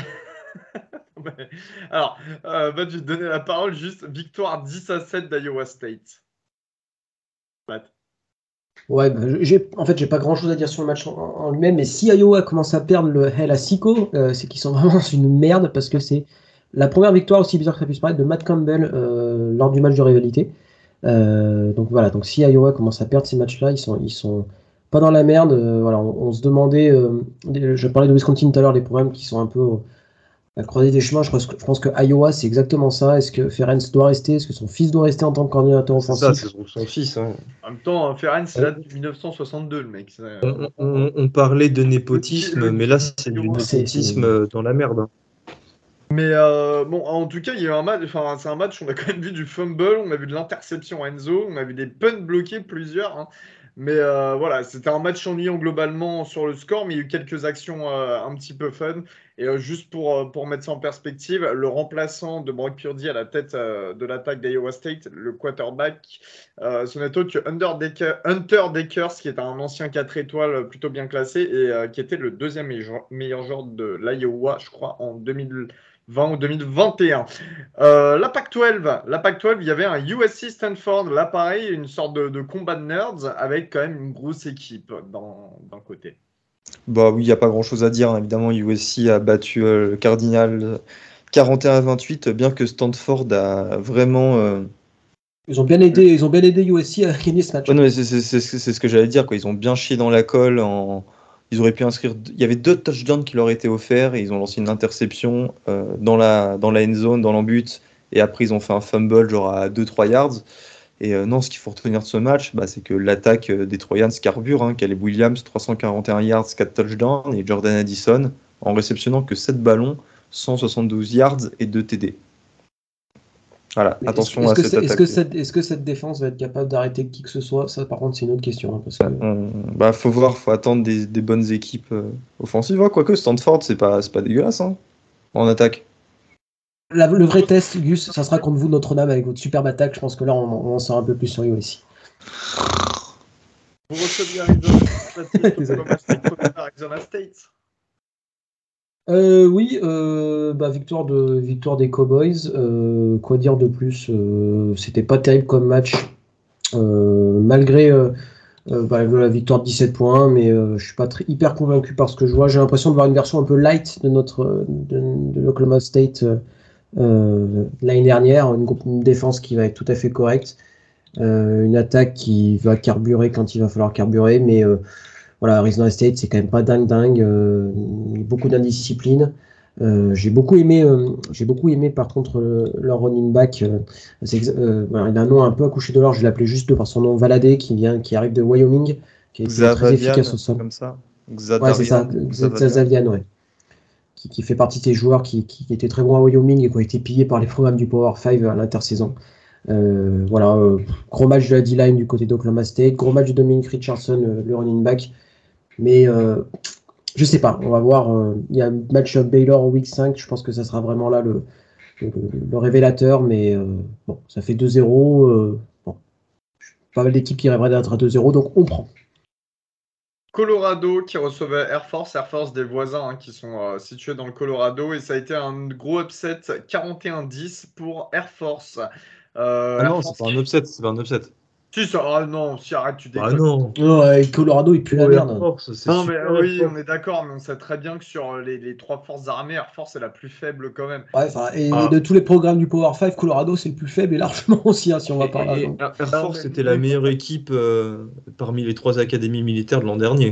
Alors, je vais te donner la parole juste. Victoire 10-7 d'Iowa State. Matt.
Ouais, en fait, j'ai pas grand chose à dire sur le match en lui-même, mais si Iowa commence à perdre le Hell à Sico, c'est qu'ils sont vraiment une merde parce que c'est la première victoire, aussi bizarre que ça puisse paraître, de Matt Campbell lors du match de rivalité. Donc voilà, donc si Iowa commence à perdre ces matchs-là, ils sont pas dans la merde. Voilà, on se demandait, je parlais de Wisconsin tout à l'heure, des problèmes qui sont un peu à croiser des chemins. Je pense que Iowa, c'est exactement ça. Est-ce que Ferenc doit rester? Est-ce que son fils doit rester en tant que coordinateur offensif?
C'est ça, c'est son fils. Hein.
En même temps, Ferenc, c'est là depuis 1962, le mec.
On parlait de népotisme, mais là, c'est du népotisme dans la merde. Hein.
Mais bon, en tout cas, il y a eu un match. Enfin, c'est un match où on a quand même vu du fumble, on a vu de l'interception à Enzo, on a vu des punts bloqués plusieurs. Hein. Mais voilà, c'était un match ennuyant globalement sur le score, mais il y a eu quelques actions un petit peu fun. Et juste pour mettre ça en perspective, le remplaçant de Brock Purdy à la tête de l'attaque d'Iowa State, le quarterback, ce n'est autre que Hunter Deckers, qui est un ancien 4 étoiles plutôt bien classé et qui était le deuxième meilleur joueur de l'Iowa, je crois, en 2020 ou 2021. La Pac-12, il y avait un USC Stanford, là pareil, une sorte de combat de nerds avec quand même une grosse équipe d'un côté.
Bah oui, il n'y a pas grand chose à dire. Évidemment, USC a battu le Cardinal 41-28, bien que Stanford a vraiment.
Ils ont bien aidé USC à gagner ce match.
Ouais, non, c'est ce que j'allais dire, quoi. Ils ont bien chié dans la colle. Ils auraient pu inscrire. Il y avait 2 touchdowns qui leur étaient offerts et ils ont lancé une interception dans la end zone, dans l'embut. Et après, ils ont fait un fumble, genre à 2-3 yards. Et non, ce qu'il faut retenir de ce match, c'est que l'attaque des Trojans carbure. Hein, Caleb Williams, 341 yards, 4 touchdowns. Et Jordan Addison, en réceptionnant que 7 ballons, 172 yards et 2 TD. Voilà,
mais
attention à cette attaque.
Est-ce que cette défense va être capable d'arrêter qui que ce soit? Ça, par contre, c'est une autre question. Hein, parce que...
faut voir, faut attendre des bonnes équipes offensives. Hein, quoique Stanford, c'est pas dégueulasse hein, en attaque.
Le vrai test, Gus, ça sera contre vous, Notre-Dame, avec votre superbe attaque. Je pense que là, on en sort un peu plus sur lui aussi.
Vous recevez Arizona State.
Oui, victoire des Cowboys. Quoi dire de plus? C'était pas terrible comme match, malgré la victoire de 17 points, mais je suis pas hyper convaincu par ce que je vois. J'ai l'impression de voir une version un peu light de l'Oklahoma State l'année dernière, une défense qui va être tout à fait correcte, une attaque qui va carburer quand il va falloir carburer, mais voilà, Arizona State, c'est quand même pas dingue. Beaucoup d'indiscipline. J'ai beaucoup aimé par contre leur running back. Il a un nom un peu accouché de l'or. Je l'appelais juste par son nom, Valadé, qui arrive de Wyoming, qui est très efficace au sol.
Comme ça.
Ouais, c'est ça. Xavier, ouais. Qui fait partie de ces joueurs qui étaient très bons à Wyoming et qui ont été pillés par les programmes du Power 5 à l'intersaison. Gros match de la D-line du côté d'Oklahoma State, gros match de Dominic Richardson, le running back. Mais je sais pas, on va voir. Il y a un match-up Baylor en week 5, je pense que ça sera vraiment là le révélateur, mais bon, ça fait 2-0. Pas mal d'équipes qui rêveraient d'être à 2-0, donc on prend.
Colorado qui recevait Air Force des voisins qui sont situés dans le Colorado, et ça a été un gros upset 41-10 pour Air Force.
Non, c'est pas un upset,
Si, ça, non, si, arrête, tu déconnes.
non.
Colorado, il pue la merde.
Force,
non, mais oui, on est d'accord, mais on sait très bien que sur les 3 forces armées, Air Force est la plus faible quand même.
Ouais, de tous les programmes du Power 5, Colorado, c'est le plus faible et largement aussi, si on va par là.
Air Force, c'était la meilleure équipe parmi les 3 académies militaires de l'an dernier.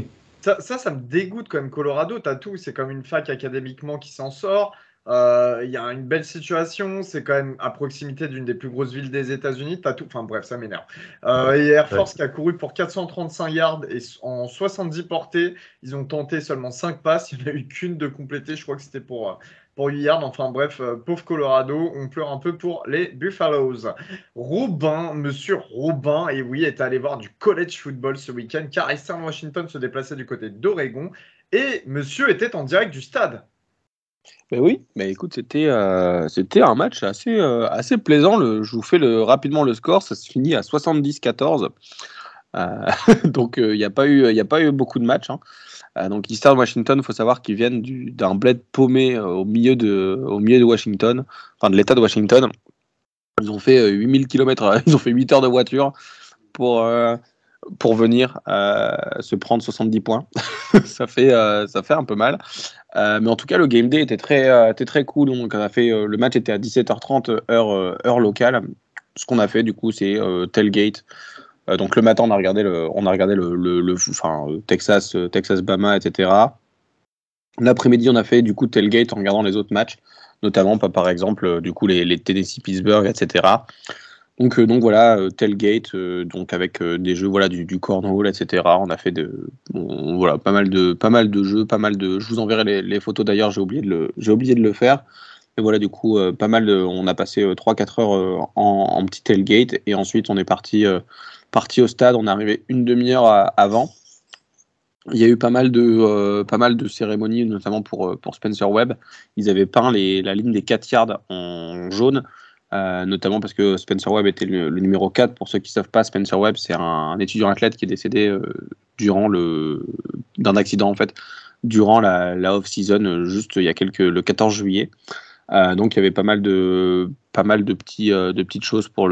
Ça me dégoûte quand même. Colorado, t'as tout. C'est comme une fac académiquement qui s'en sort. Il y a une belle situation. C'est quand même à proximité d'une des plus grosses villes des États-Unis. T'as tout. Enfin bref, ça m'énerve. Et Air Force qui a couru pour 435 yards et en 70 portées. Ils ont tenté seulement 5 passes. Il n'y en a eu qu'une de complétée. Je crois que c'était pour 8 yards. Enfin bref, pauvre Colorado. On pleure un peu pour les Buffaloes. Monsieur Robin, et oui, est allé voir du college football ce week-end car Eastern Washington se déplaçait du côté d'Oregon et monsieur était en direct du stade.
Mais oui, mais écoute, c'était un match assez plaisant. Je vous fais rapidement le score. Ça se finit à 70-14. Donc, il n'y a pas eu beaucoup de matchs. Hein. Donc, Eastern Washington, il faut savoir qu'ils viennent d'un bled paumé au milieu de Washington, enfin de l'État de Washington. Ils ont fait 8000 km, ils ont fait 8 heures de voiture pour venir se prendre 70 points. ça fait un peu mal. Mais en tout cas, le game day était très cool. Donc, le match était à 17h30 heure locale. Ce qu'on a fait, du coup, c'est tailgate. Donc le matin, on a regardé le Texas Bama, etc. L'après-midi, on a fait du coup tailgate en regardant les autres matchs, notamment par exemple du coup les Tennessee Pittsburgh, etc. Donc voilà, tailgate, donc avec des jeux du cornhole, etc. On a fait pas mal de jeux, je vous enverrai les photos d'ailleurs, j'ai oublié de le faire. Et voilà, du coup, on a passé 3-4 heures en petit tailgate et ensuite on est parti au stade. On est arrivé une demi-heure avant. Il y a eu pas mal de cérémonies, notamment pour Spencer Webb. Ils avaient peint la ligne des 4 yards en jaune, notamment parce que Spencer Webb était le numéro 4. Pour ceux qui ne savent pas, Spencer Webb, c'est un étudiant athlète qui est décédé d'un accident en fait, durant la off-season, juste il y a le 14 juillet. Donc il y avait pas mal de petites choses pour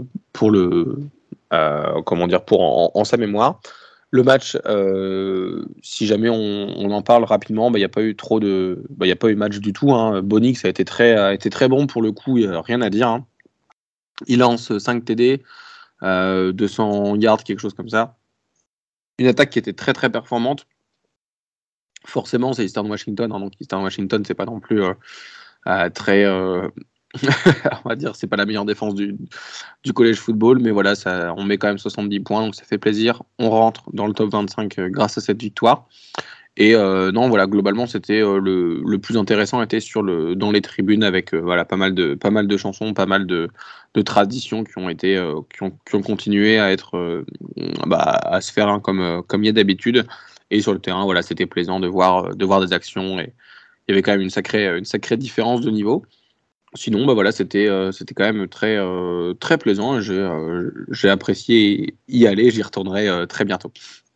en sa mémoire. Le match, si jamais on en parle rapidement, il n'y a pas eu il y a pas eu match du tout. Hein. Bonix a été très bon pour le coup, il n'y a rien à dire. Hein. Il lance 5 TD, 200 yards, quelque chose comme ça. Une attaque qui était très très performante. Forcément, c'est Eastern Washington, hein, donc Eastern Washington, c'est pas non plus très, on va dire, c'est pas la meilleure défense du college football, mais voilà, on met quand même 70 points, donc ça fait plaisir. On rentre dans le top 25 grâce à cette victoire. Et non, voilà, globalement, c'était le plus intéressant était dans les tribunes avec pas mal de chansons, pas mal de traditions qui ont continué à être à se faire comme il y a d'habitude. Et sur le terrain, voilà, c'était plaisant de voir des actions et il y avait quand même une sacrée différence de niveau. Sinon, voilà, c'était quand même très, très plaisant. J'ai apprécié y aller. J'y retournerai très bientôt.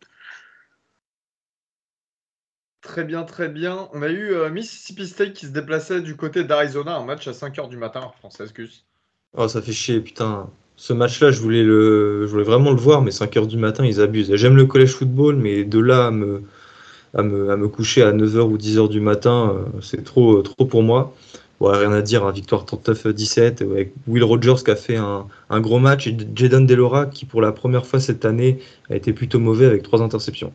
Très bien, très bien. On a eu Mississippi State qui se déplaçait du côté d'Arizona, un match à 5h du matin, heure française, Gus.
Oh, ça fait chier, putain. Ce match-là, je voulais vraiment le voir, mais 5h du matin, ils abusent. J'aime le college football, mais de là à me coucher à 9h ou 10h du matin, c'est trop pour moi. Ouais, rien à dire, hein, victoire 39-17 avec Will Rogers qui a fait un gros match et Jayden de Laura qui pour la première fois cette année a été plutôt mauvais avec 3 interceptions.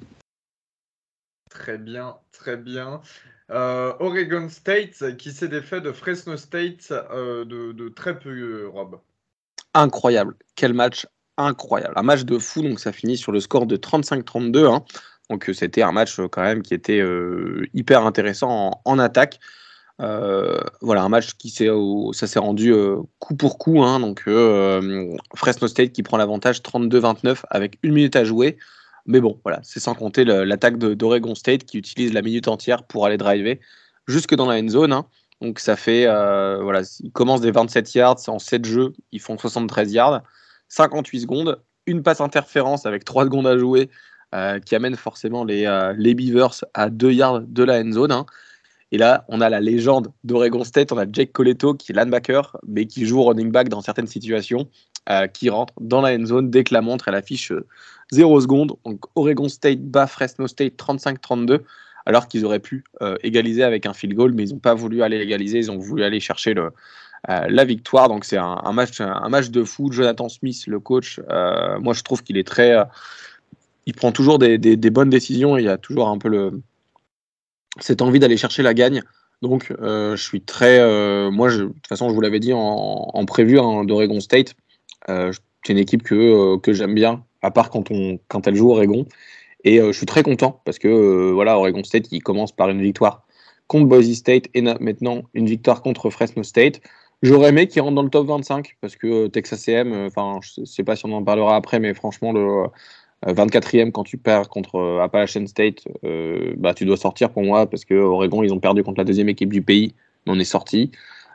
Très bien, très bien. Oregon State qui s'est défait de Fresno State de très peu, Rob.
Incroyable, quel match incroyable, un match de fou, donc ça finit sur le score de 35-32. Hein. Donc c'était un match quand même qui était hyper intéressant en attaque. Voilà, un match ça s'est rendu coup pour coup. Hein, donc Fresno State qui prend l'avantage 32-29 avec 1 minute à jouer. Mais bon, voilà, c'est sans compter l'attaque d'Oregon State qui utilise la minute entière pour aller driver jusque dans la end zone. Hein. Donc ça fait, ils commencent des 27 yards, c'est en 7 jeux, ils font 73 yards, 58 secondes, une passe interférence avec 3 secondes à jouer qui amène forcément les Beavers à 2 yards de la end zone. Hein. Et là, on a la légende d'Oregon State, on a Jake Coletto qui est linebacker, mais qui joue running back dans certaines situations, qui rentre dans la end zone dès que la montre elle affiche 0 secondes. Donc Oregon State bat Fresno State 35-32, alors qu'ils auraient pu égaliser avec un field goal, mais ils n'ont pas voulu aller égaliser, ils ont voulu aller chercher la victoire. Donc c'est un match de fou. Jonathan Smith, le coach, moi je trouve qu'il est très il prend toujours des bonnes décisions et il y a toujours un peu cette envie d'aller chercher la gagne. Donc, je suis très. De toute façon, je vous l'avais dit en préview d'Oregon State. C'est une équipe que j'aime bien, à part quand elle joue Oregon. Et je suis très content parce que Oregon State, il commence par une victoire contre Boise State et maintenant une victoire contre Fresno State. J'aurais aimé qu'ils rentrent dans le top 25 parce que Texas A&M, je ne sais pas si on en parlera après, mais franchement, le 24e quand tu perds contre Appalachian State, tu dois sortir pour moi parce que Oregon, ils ont perdu contre la deuxième équipe du pays, mais on est sorti.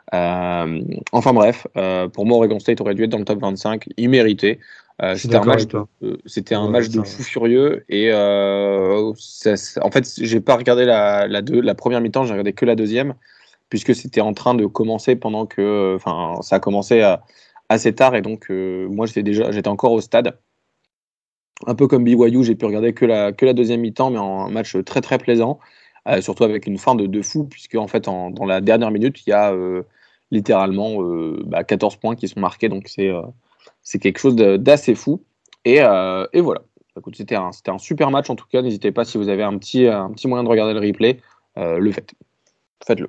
Enfin bref, pour moi, Oregon State aurait dû être dans le top 25, il méritait. C'était un match de fou furieux et en fait, j'ai pas regardé la première mi-temps, j'ai regardé que la deuxième puisque c'était en train de commencer pendant que, ça a commencé assez tard et donc moi j'étais encore au stade. Un peu comme BYU, j'ai pu regarder que la deuxième mi-temps, mais en un match très très plaisant, surtout avec une fin de fou, puisque en fait dans la dernière minute, il y a littéralement 14 points qui sont marqués, donc c'est quelque chose d'assez fou. Et voilà. Écoute, c'était un super match en tout cas. N'hésitez pas si vous avez un petit moyen de regarder le replay, faites-le.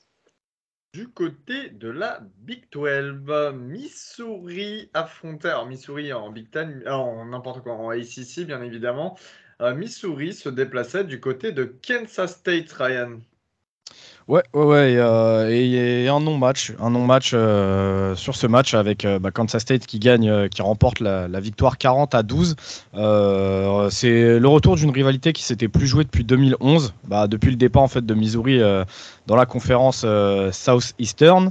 Du côté de la Big 12, Missouri affrontait, alors Missouri en Big Ten, en n'importe quoi, en ACC bien évidemment. Missouri se déplaçait du côté de Kansas State, Ryan.
Ouais, et un non-match sur ce match avec Kansas State qui gagne, qui remporte la victoire 40-12. C'est le retour d'une rivalité qui s'était plus jouée depuis 2011, depuis le départ en fait de Missouri dans la conférence Southeastern.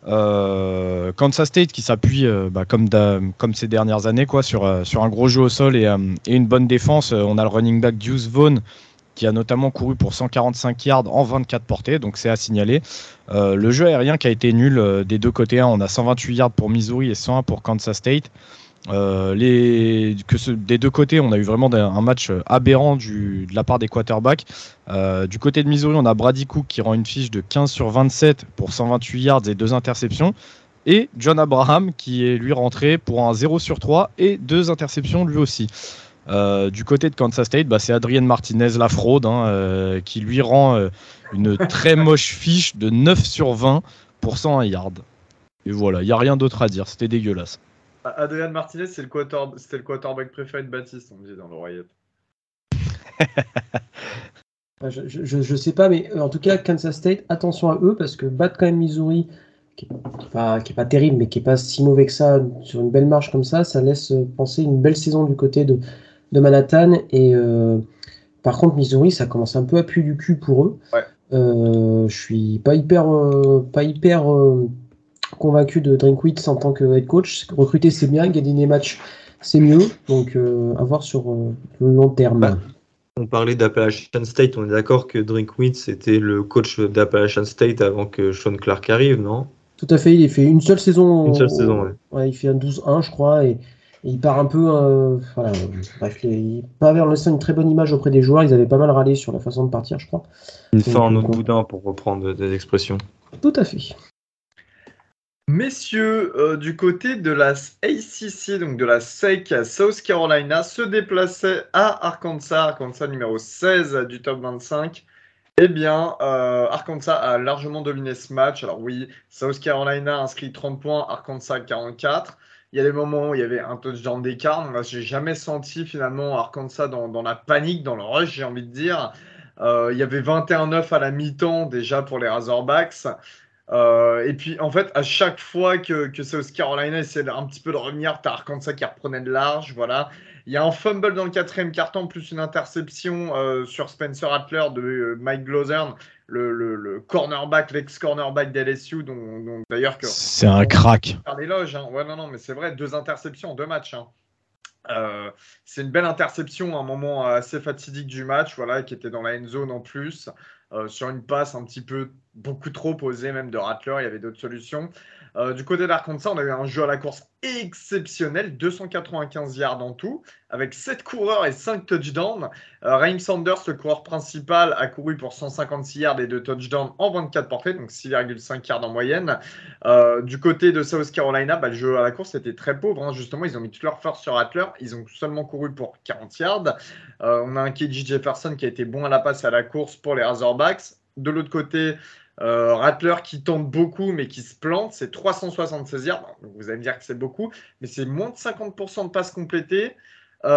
Kansas State qui s'appuie comme ces dernières années sur un gros jeu au sol et une bonne défense. On a le running back Deuce Vaughn qui a notamment couru pour 145 yards en 24 portées, donc c'est à signaler. Le jeu aérien qui a été nul des deux côtés, on a 128 yards pour Missouri et 101 pour Kansas State. Des deux côtés, on a eu vraiment un match aberrant de la part des quarterbacks. Du côté de Missouri, on a Brady Cook qui rend une fiche de 15 sur 27 pour 128 yards et 2 interceptions. Et John Abraham qui est lui rentré pour un 0 sur 3 et 2 interceptions lui aussi. Du côté de Kansas State, c'est Adrien Martinez, la fraude, qui lui rend une très moche fiche de 9 sur 20 pour 101 yards. Et voilà, il n'y a rien d'autre à dire, c'était dégueulasse.
Adrien Martinez, c'était le quarterback préféré de Baptiste, on me dit dans l'oreillette.
Je sais pas, mais en tout cas, Kansas State, attention à eux, parce que battre quand même Missouri, qui est pas terrible, mais qui est pas si mauvais que ça, sur une belle marche comme ça laisse penser une belle saison du côté de Manhattan. Et par contre, Missouri, ça commence un peu à puer du cul pour eux.
Ouais.
Je suis pas hyper convaincu de Drinkwitz en tant que head coach. Recruter, c'est bien, gagner des matchs, c'est mieux. Donc, à voir sur le long terme.
On parlait d'Appalachian State, on est d'accord que Drinkwitz était le coach d'Appalachian State avant que Sean Clark arrive, non?
Tout à fait, il fait une seule saison.
Ouais.
Il fait un 12-1, je crois, et il part un peu. Bref, il part vers laissant une très bonne image auprès des joueurs. Ils avaient pas mal râlé sur la façon de partir, je crois.
Il fait un autre boudin pour reprendre des expressions.
Tout à fait.
Messieurs, du côté de la ACC, donc de la SEC, South Carolina se déplaçait à Arkansas numéro 16 du top 25. Eh bien, Arkansas a largement dominé ce match. Alors oui, South Carolina a inscrit 30 points, Arkansas 44. Il y a des moments où il y avait un touchdown d'écart. Moi, j'ai jamais senti finalement Arkansas dans la panique, dans le rush, j'ai envie de dire. Il y avait 21-9 à la mi-temps déjà pour les Razorbacks. Et puis, en fait, à chaque fois que South Carolina essaie un petit peu de revenir, t'as Arkansas qui reprenait de large, voilà. Il y a un fumble dans le quatrième quart-temps, plus une interception sur Spencer Rattler de Mike Glozern, le cornerback, l'ex-cornerback d'LSU, dont d'ailleurs...
C'est un crack.
Faire l'éloge, hein. Ouais, non, mais c'est vrai, 2 interceptions en 2 matchs. Hein. C'est une belle interception à un moment assez fatidique du match, voilà, qui était dans la end zone en plus, sur une passe un petit peu beaucoup trop posée même de Rattler, il y avait d'autres solutions. Du côté d'Arkansas, on a eu un jeu à la course exceptionnel, 295 yards en tout, avec 7 coureurs et 5 touchdowns. Raheem Sanders, le coureur principal, a couru pour 156 yards et 2 touchdowns en 24 portées, donc 6,5 yards en moyenne. Du côté de South Carolina, le jeu à la course était très pauvre. Hein. Justement, ils ont mis toute leur force sur Rattler. Ils ont seulement couru pour 40 yards. On a un KJ Jefferson qui a été bon à la passe et à la course pour les Razorbacks. De l'autre côté, Rattler qui tente beaucoup mais qui se plante, c'est 376 yards. Donc vous allez me dire que c'est beaucoup, mais c'est moins de 50% de passes complétées et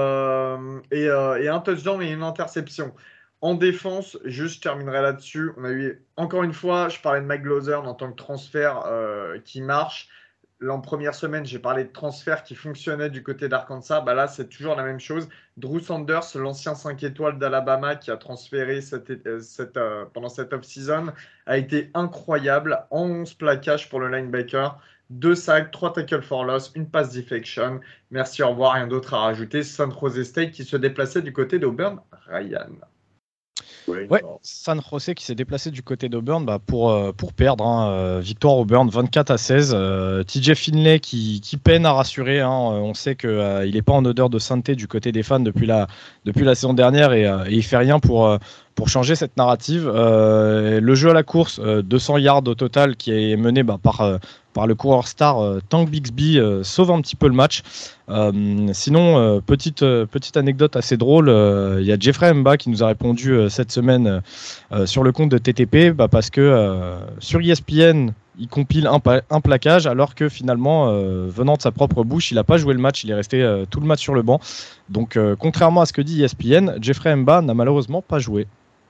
un touchdown et une interception. En défense, juste je terminerai là-dessus. On a eu, encore une fois, je parlais de Mike Glother en tant que transfert qui marche. L'an première semaine, j'ai parlé de transfert qui fonctionnait du côté d'Arkansas. Là, c'est toujours la même chose. Drew Sanders, l'ancien 5 étoiles d'Alabama qui a transféré pendant cette off-season, a été incroyable. En 11 plaquages pour le linebacker, 2 sacs, 3 tackles for loss, une pass deflection. Merci, au revoir, rien d'autre à rajouter. San Jose State qui se déplaçait du côté d'Auburn. Ryan.
Ouais, San Jose qui s'est déplacé du côté d'Auburn pour perdre. Hein. Victoire Auburn 24-16. TJ Finlay qui peine à rassurer. Hein. On sait qu'il n'est pas en odeur de sainteté du côté des fans depuis la saison dernière et il fait rien pour changer cette narrative. Le jeu à la course, 200 yards au total qui est mené par le coureur star Tank Bixby, sauve un petit peu le match. Sinon, petite anecdote assez drôle, il y a Jeffrey Mba qui nous a répondu cette semaine sur le compte de TTP parce que sur ESPN il compile un plaquage alors que finalement venant de sa propre bouche il n'a pas joué le match, il est resté tout le match sur le banc. Donc contrairement à ce que dit ESPN, Jeffrey Mba n'a malheureusement pas joué.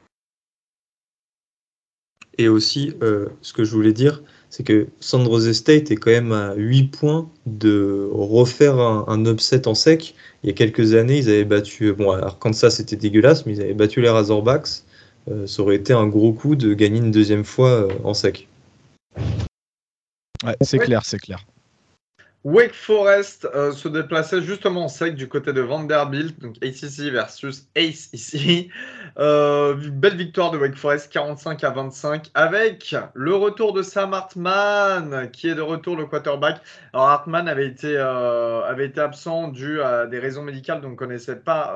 Et aussi, ce que je voulais dire, c'est que San Jose State est quand même à 8 points de refaire un upset en sec. Il y a quelques années, ils avaient battu... Bon, Arkansas, c'était dégueulasse, mais ils avaient battu les Razorbacks. Ça aurait été un gros coup de gagner une deuxième fois en sec.
Ouais, c'est clair, c'est clair.
Wake Forest se déplaçait justement en sec du côté de Vanderbilt, donc ACC versus ACC. Belle victoire de Wake Forest, 45-25, avec le retour de Sam Hartman, qui est de retour le quarterback. Alors Hartman avait été absent dû à des raisons médicales, donc on ne connaissait pas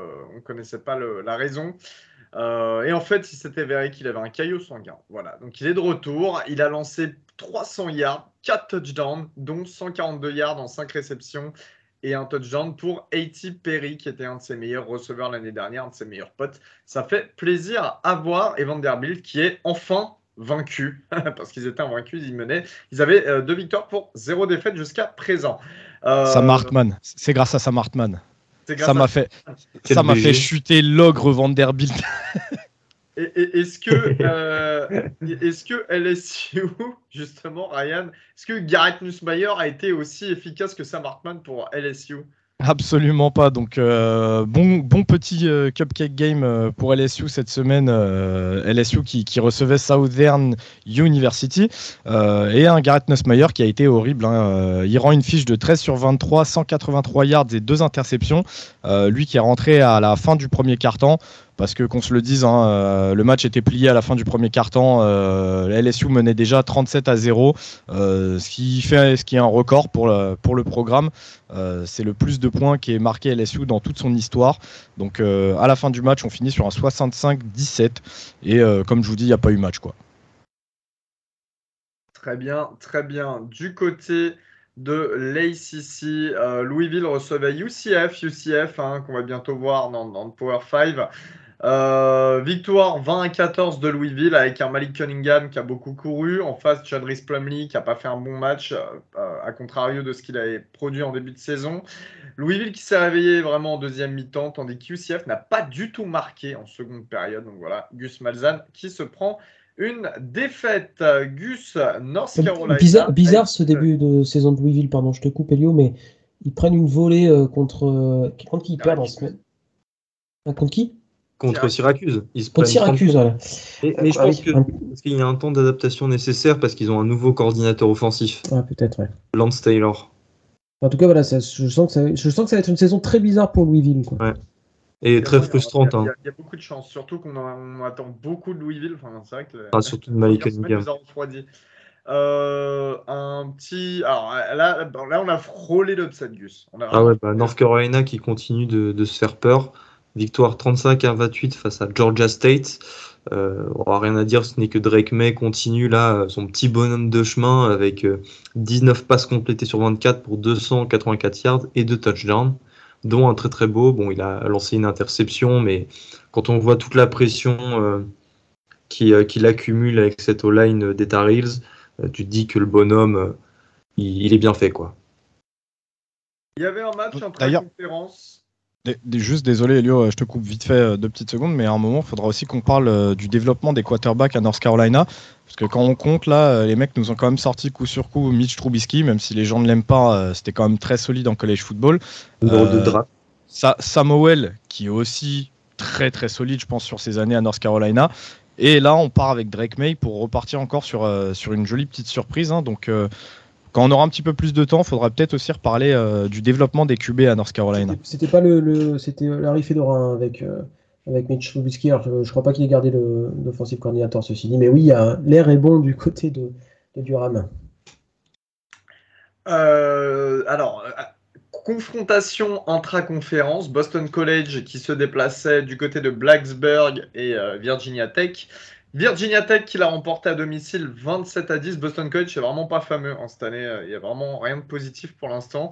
la raison. Et en fait, il s'est avéré qu'il avait un caillot sanguin. Voilà. Donc, il est de retour. Il a lancé 300 yards, 4 touchdowns, dont 142 yards en 5 réceptions et un touchdown pour A.T. Perry, qui était un de ses meilleurs receveurs l'année dernière, un de ses meilleurs potes. Ça fait plaisir à voir. Et Vanderbilt, qui est enfin vaincu, parce qu'ils étaient invaincus, ils avaient 2 victoires pour 0 défaite jusqu'à présent.
Sam Hartman, c'est grâce à Sam Hartman. Ça m'a fait chuter l'ogre Vanderbilt.
Est-ce que LSU, justement, Ryan, est-ce que Garrett Nussmeier a été aussi efficace que Sam Hartman pour LSU ?
Absolument pas. Donc, bon petit cupcake game pour LSU cette semaine. LSU qui recevait Southern University et un Garrett Nussmeier qui a été horrible. Hein. Il rend une fiche de 13 sur 23, 183 yards et 2 interceptions. Lui qui est rentré à la fin du premier quart-temps. Parce que qu'on se le dise, le match était plié à la fin du premier quart-temps. LSU menait déjà 37-0, ce qui est un record pour le programme. C'est le plus de points qui est marqué LSU dans toute son histoire. Donc à la fin du match, on finit sur un 65-17. Et comme je vous dis, il n'y a pas eu match, quoi.
Très bien, très bien. Du côté de l'ACC, Louisville recevait UCF qu'on va bientôt voir dans le Power 5. Victoire 20-14 de Louisville avec un Malik Cunningham qui a beaucoup couru. En face, Chadris Plumlee qui n'a pas fait un bon match, à contrario de ce qu'il avait produit en début de saison. Louisville qui s'est réveillé vraiment en deuxième mi-temps, tandis que UCF n'a pas du tout marqué en seconde période. Donc voilà, Gus Malzahn qui se prend une défaite. Gus, North Carolina.
Bizarre ce début de saison de Louisville, pardon, je te coupe Elio, mais ils prennent une volée contre qui ils perdent en semaine. Contre qui ?
Contre Syracuse.
Contre Syracuse, voilà.
Mais je pense parce qu'il y a un temps d'adaptation nécessaire parce qu'ils ont un nouveau coordinateur offensif.
Ah, peut-être, ouais.
Lance Taylor.
En tout cas, voilà, je sens que ça va être une saison très bizarre pour Louisville, quoi.
Ouais. Et très frustrante.
Il y a beaucoup de chance, surtout qu'on attend beaucoup de Louisville. Enfin, c'est vrai que
surtout de Malik Cunningham.
un petit. Alors là, on a frôlé l'upset, Gus. On a
Ah ouais,
vraiment-
North Carolina qui continue de se faire peur. Victoire 35-28 face à Georgia State. On n'a rien à dire, ce n'est que Drake May continue là son petit bonhomme de chemin avec 19 passes complétées sur 24 pour 284 yards et 2 touchdowns, dont un très très beau. Bon, il a lancé une interception, mais quand on voit toute la pression qu'il accumule avec cette O-line des Tar Heels, tu te dis que le bonhomme, il est bien fait, quoi.
Il y avait un match entre
D'ailleurs-
conférences.
Juste désolé Elio, je te coupe vite fait 2 petites secondes, mais à un moment il faudra aussi qu'on parle du développement des quarterbacks à North Carolina, parce que quand on compte là, les mecs nous ont quand même sorti coup sur coup Mitch Trubisky, même si les gens ne l'aiment pas, c'était quand même très solide en college football.
Numéro de draft.
Samuel qui est aussi très très solide je pense sur ses années à North Carolina, et là on part avec Drake May pour repartir encore sur une jolie petite surprise, hein. Donc quand on aura un petit peu plus de temps, il faudra peut-être aussi reparler du développement des QB à North Carolina.
C'était pas c'était Larry Fedora hein, avec Mitch Trubisky. Alors, je crois pas qu'il ait gardé l'offensive coordinator, ceci dit. Mais oui, l'air est bon du côté de Durham.
Confrontation intra-conférence, Boston College qui se déplaçait du côté de Blacksburg et Virginia Tech. Virginia Tech qui l'a remporté à domicile 27-10. Boston College, c'est vraiment pas fameux cette année. Il n'y a vraiment rien de positif pour l'instant.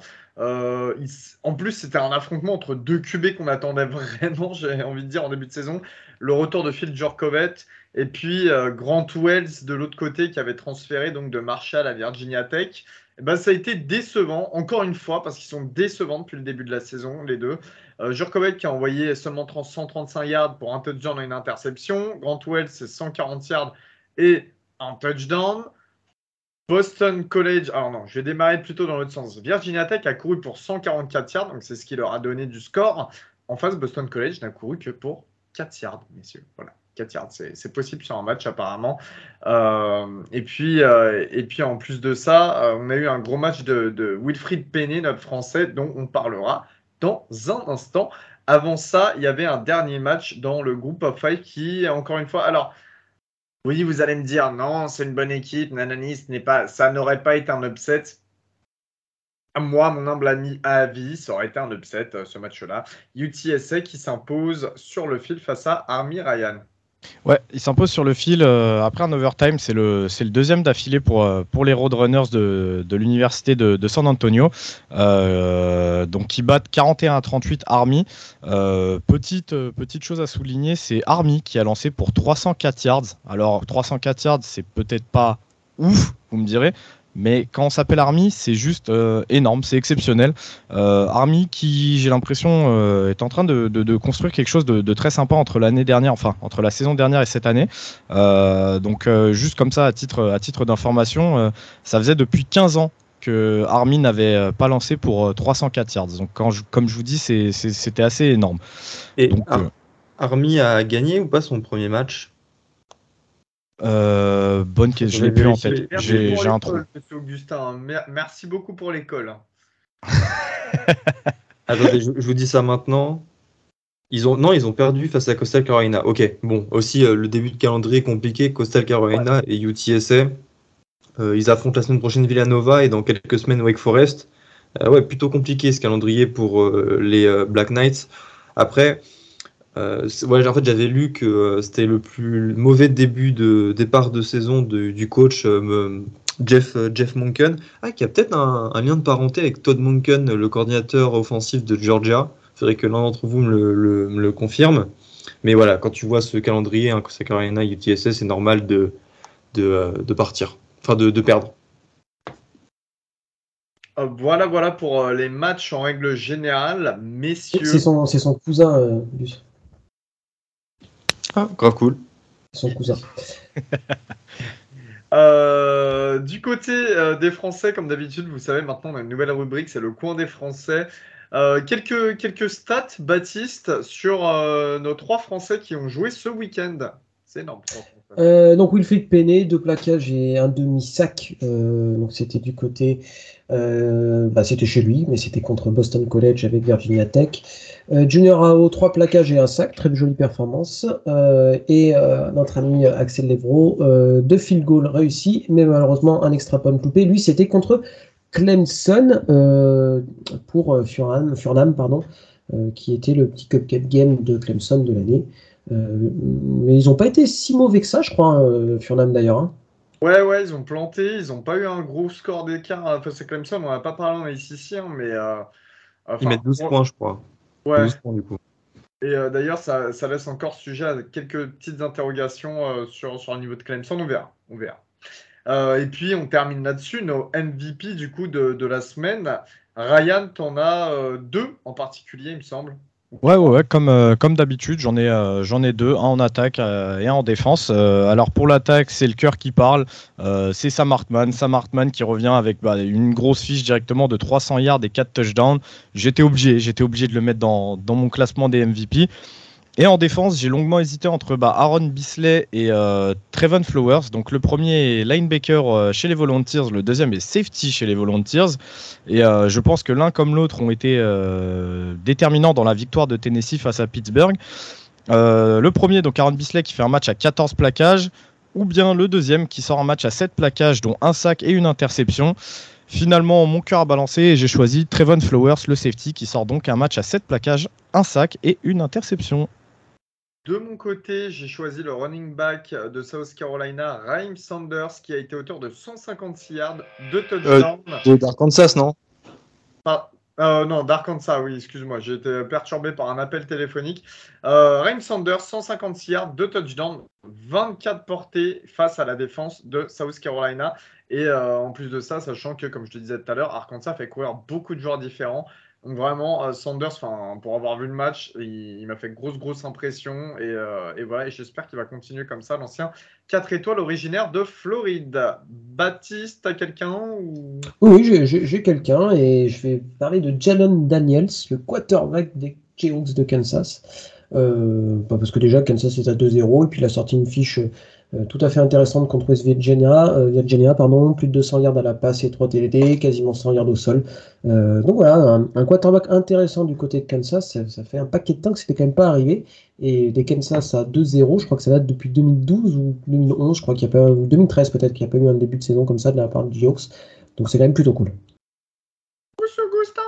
En plus, c'était un affrontement entre deux QB qu'on attendait vraiment, j'ai envie de dire, en début de saison. Le retour de Phil Jurkovec et puis Grant Wells de l'autre côté qui avait transféré donc de Marshall à Virginia Tech. Et ben, ça a été décevant, encore une fois, parce qu'ils sont décevants depuis le début de la saison, les deux. Jurkovec qui a envoyé seulement 135 yards pour un touchdown et une interception. Grant Wells, c'est 140 yards et un touchdown. Boston College, alors non, je vais démarrer plutôt dans l'autre sens. Virginia Tech a couru pour 144 yards, donc c'est ce qui leur a donné du score. En face, Boston College n'a couru que pour 4 yards, messieurs. Voilà, 4 yards, c'est possible sur un match apparemment. Et puis en plus de ça, on a eu un gros match de Wilfried Penney, notre Français, dont on parlera dans un instant. Avant ça, il y avait un dernier match dans le groupe of 5 qui, encore une fois, alors oui, vous allez me dire, non, c'est une bonne équipe, nanani, ça n'aurait pas été un upset. Moi, mon humble avis, ça aurait été un upset, ce match-là. UTSA qui s'impose sur le fil face à Army Ryan.
Ouais, il s'impose sur le fil après un overtime. C'est le deuxième d'affilée pour les Roadrunners de l'université de San Antonio. Donc qui battent 41-38 Army. Petite chose à souligner, c'est Army qui a lancé pour 304 yards. Alors 304 yards, c'est peut-être pas ouf, vous me direz. Mais quand on s'appelle Army, c'est juste énorme, c'est exceptionnel. Army qui, j'ai l'impression, est en train de construire quelque chose de très sympa entre l'année dernière, enfin entre la saison dernière et cette année. Donc juste comme ça, à titre d'information, ça faisait depuis 15 ans que Army n'avait pas lancé pour 304 yards. Donc comme je vous dis, c'était assez énorme.
Et
Donc,
Army a gagné ou pas son premier match?
Bonne question, je l'ai plus en tête. J'ai un trou.
Monsieur Augustin, merci beaucoup pour l'école.
Attendez, je vous dis ça maintenant. Ils ont perdu face à Coastal Carolina. Ok, bon, aussi le début de calendrier compliqué, Coastal Carolina et UTSA. Ils affrontent la semaine prochaine Villanova et dans quelques semaines Wake Forest. Ouais, plutôt compliqué ce calendrier pour les Black Knights. Après, en fait, j'avais lu que c'était le plus mauvais départ de saison du coach Jeff Monken, qui a peut-être un lien de parenté avec Todd Monken, le coordinateur offensif de Georgia. Il faudrait que l'un d'entre vous me le confirme. Mais voilà, quand tu vois ce calendrier, Coastal Carolina, UTSA, c'est normal de partir, enfin de perdre.
Voilà pour les matchs en règle générale, messieurs.
C'est son cousin, Gus.
Ah, grave cool.
Son cousin.
Du côté des Français, comme d'habitude, vous savez, maintenant on a une nouvelle rubrique, c'est le coin des Français. Quelques stats, Baptiste, sur nos 3 Français qui ont joué ce week-end. C'est énorme.
Donc Wilfried Penney, 2 plaquages et un demi-sac. Donc c'était du côté, c'était chez lui, mais c'était contre Boston College avec Virginia Tech. Junior Ao, 3 plaquages et un sac, très jolie performance. Et notre ami Axel Levrault, 2 field goals réussis, mais malheureusement un extra point loupé. Lui, c'était contre Clemson pour Furnham, pardon, qui était le petit cupcake game de Clemson de l'année. Mais ils n'ont pas été si mauvais que ça, je crois, Furnham d'ailleurs. Hein.
Ouais, ils ont planté, ils n'ont pas eu un gros score d'écart face à Clemson, on n'a pas parlé en ACC, hein, mais...
Ils mettent 12 points, je crois.
Ouais.
12 points, du coup.
Et d'ailleurs, ça laisse encore sujet à quelques petites interrogations sur le niveau de Clemson, on verra. Et puis, on termine là-dessus, nos MVP du coup de la semaine. Ryan, t'en as 2 en particulier, il me semble.
Ouais, comme d'habitude, j'en ai 2, un en attaque et un en défense. Alors pour l'attaque, c'est le cœur qui parle, c'est Sam Hartman qui revient avec une grosse fiche directement de 300 yards et 4 touchdowns. J'étais obligé de le mettre dans mon classement des MVP. Et en défense, j'ai longuement hésité entre Aaron Bisley et Trevon Flowers. Donc le premier est linebacker chez les Volunteers, le deuxième est safety chez les Volunteers. Et je pense que l'un comme l'autre ont été déterminants dans la victoire de Tennessee face à Pittsburgh. Le premier, donc Aaron Bisley, qui fait un match à 14 plaquages, ou bien le deuxième qui sort un match à 7 plaquages, dont un sac et une interception. Finalement, mon cœur a balancé et j'ai choisi Trevon Flowers, le safety, qui sort donc un match à 7 plaquages, un sac et une interception.
De mon côté, j'ai choisi le running back de South Carolina, Raheem Sanders, qui a été auteur de 156 yards, 2 touchdowns.
D'Arkansas, non
Non, d'Arkansas, oui, excuse-moi, j'ai été perturbé par un appel téléphonique. Raheem Sanders, 156 yards, 2 touchdowns, 24 portées face à la défense de South Carolina. Et en plus de ça, sachant que, comme je te disais tout à l'heure, Arkansas fait courir beaucoup de joueurs différents. Donc vraiment, Sanders, pour avoir vu le match, il m'a fait grosse impression. Et voilà, et j'espère qu'il va continuer comme ça, l'ancien 4 étoiles originaire de Floride. Baptiste, t'as quelqu'un ou...
Oui, j'ai quelqu'un et je vais parler de Jalen Daniels, le quarterback des Jayhawks de Kansas. Parce que déjà, Kansas est à 2-0 et puis il a sorti une fiche tout à fait intéressante contre West Virginia, plus de 200 yards à la passe et 3 TD, quasiment 100 yards au sol. Donc voilà, un quarterback intéressant du côté de Kansas, ça fait un paquet de temps que c'était quand même pas arrivé. Et des Kansas à 2-0, je crois que ça date depuis 2012 ou 2011, je crois qu'il y a pas, 2013 peut-être, qu'il n'y a pas eu un début de saison comme ça de la part du Jayhawks. Donc c'est quand même plutôt cool.
Monsieur Gustin.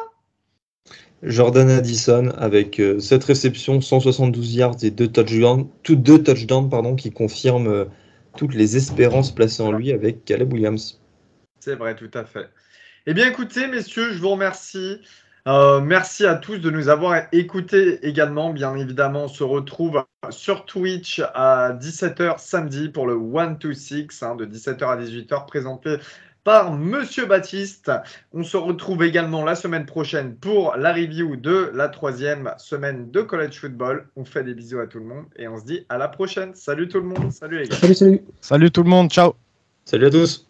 Jordan Addison avec 7 réceptions, 172 yards et 2 touchdowns, qui confirment toutes les espérances placées en lui avec Caleb Williams.
C'est vrai, tout à fait. Eh bien, écoutez, messieurs, je vous remercie. Merci à tous de nous avoir écoutés également. Bien évidemment, on se retrouve sur Twitch à 17h samedi pour le 1-2-6, de 17h à 18h, présenté par Monsieur Baptiste. On se retrouve également la semaine prochaine pour la review de la 3e semaine de College Football. On fait des bisous à tout le monde et on se dit à la prochaine. Salut tout le monde, salut les gars.
Salut.
Salut tout le monde, ciao.
Salut à tous.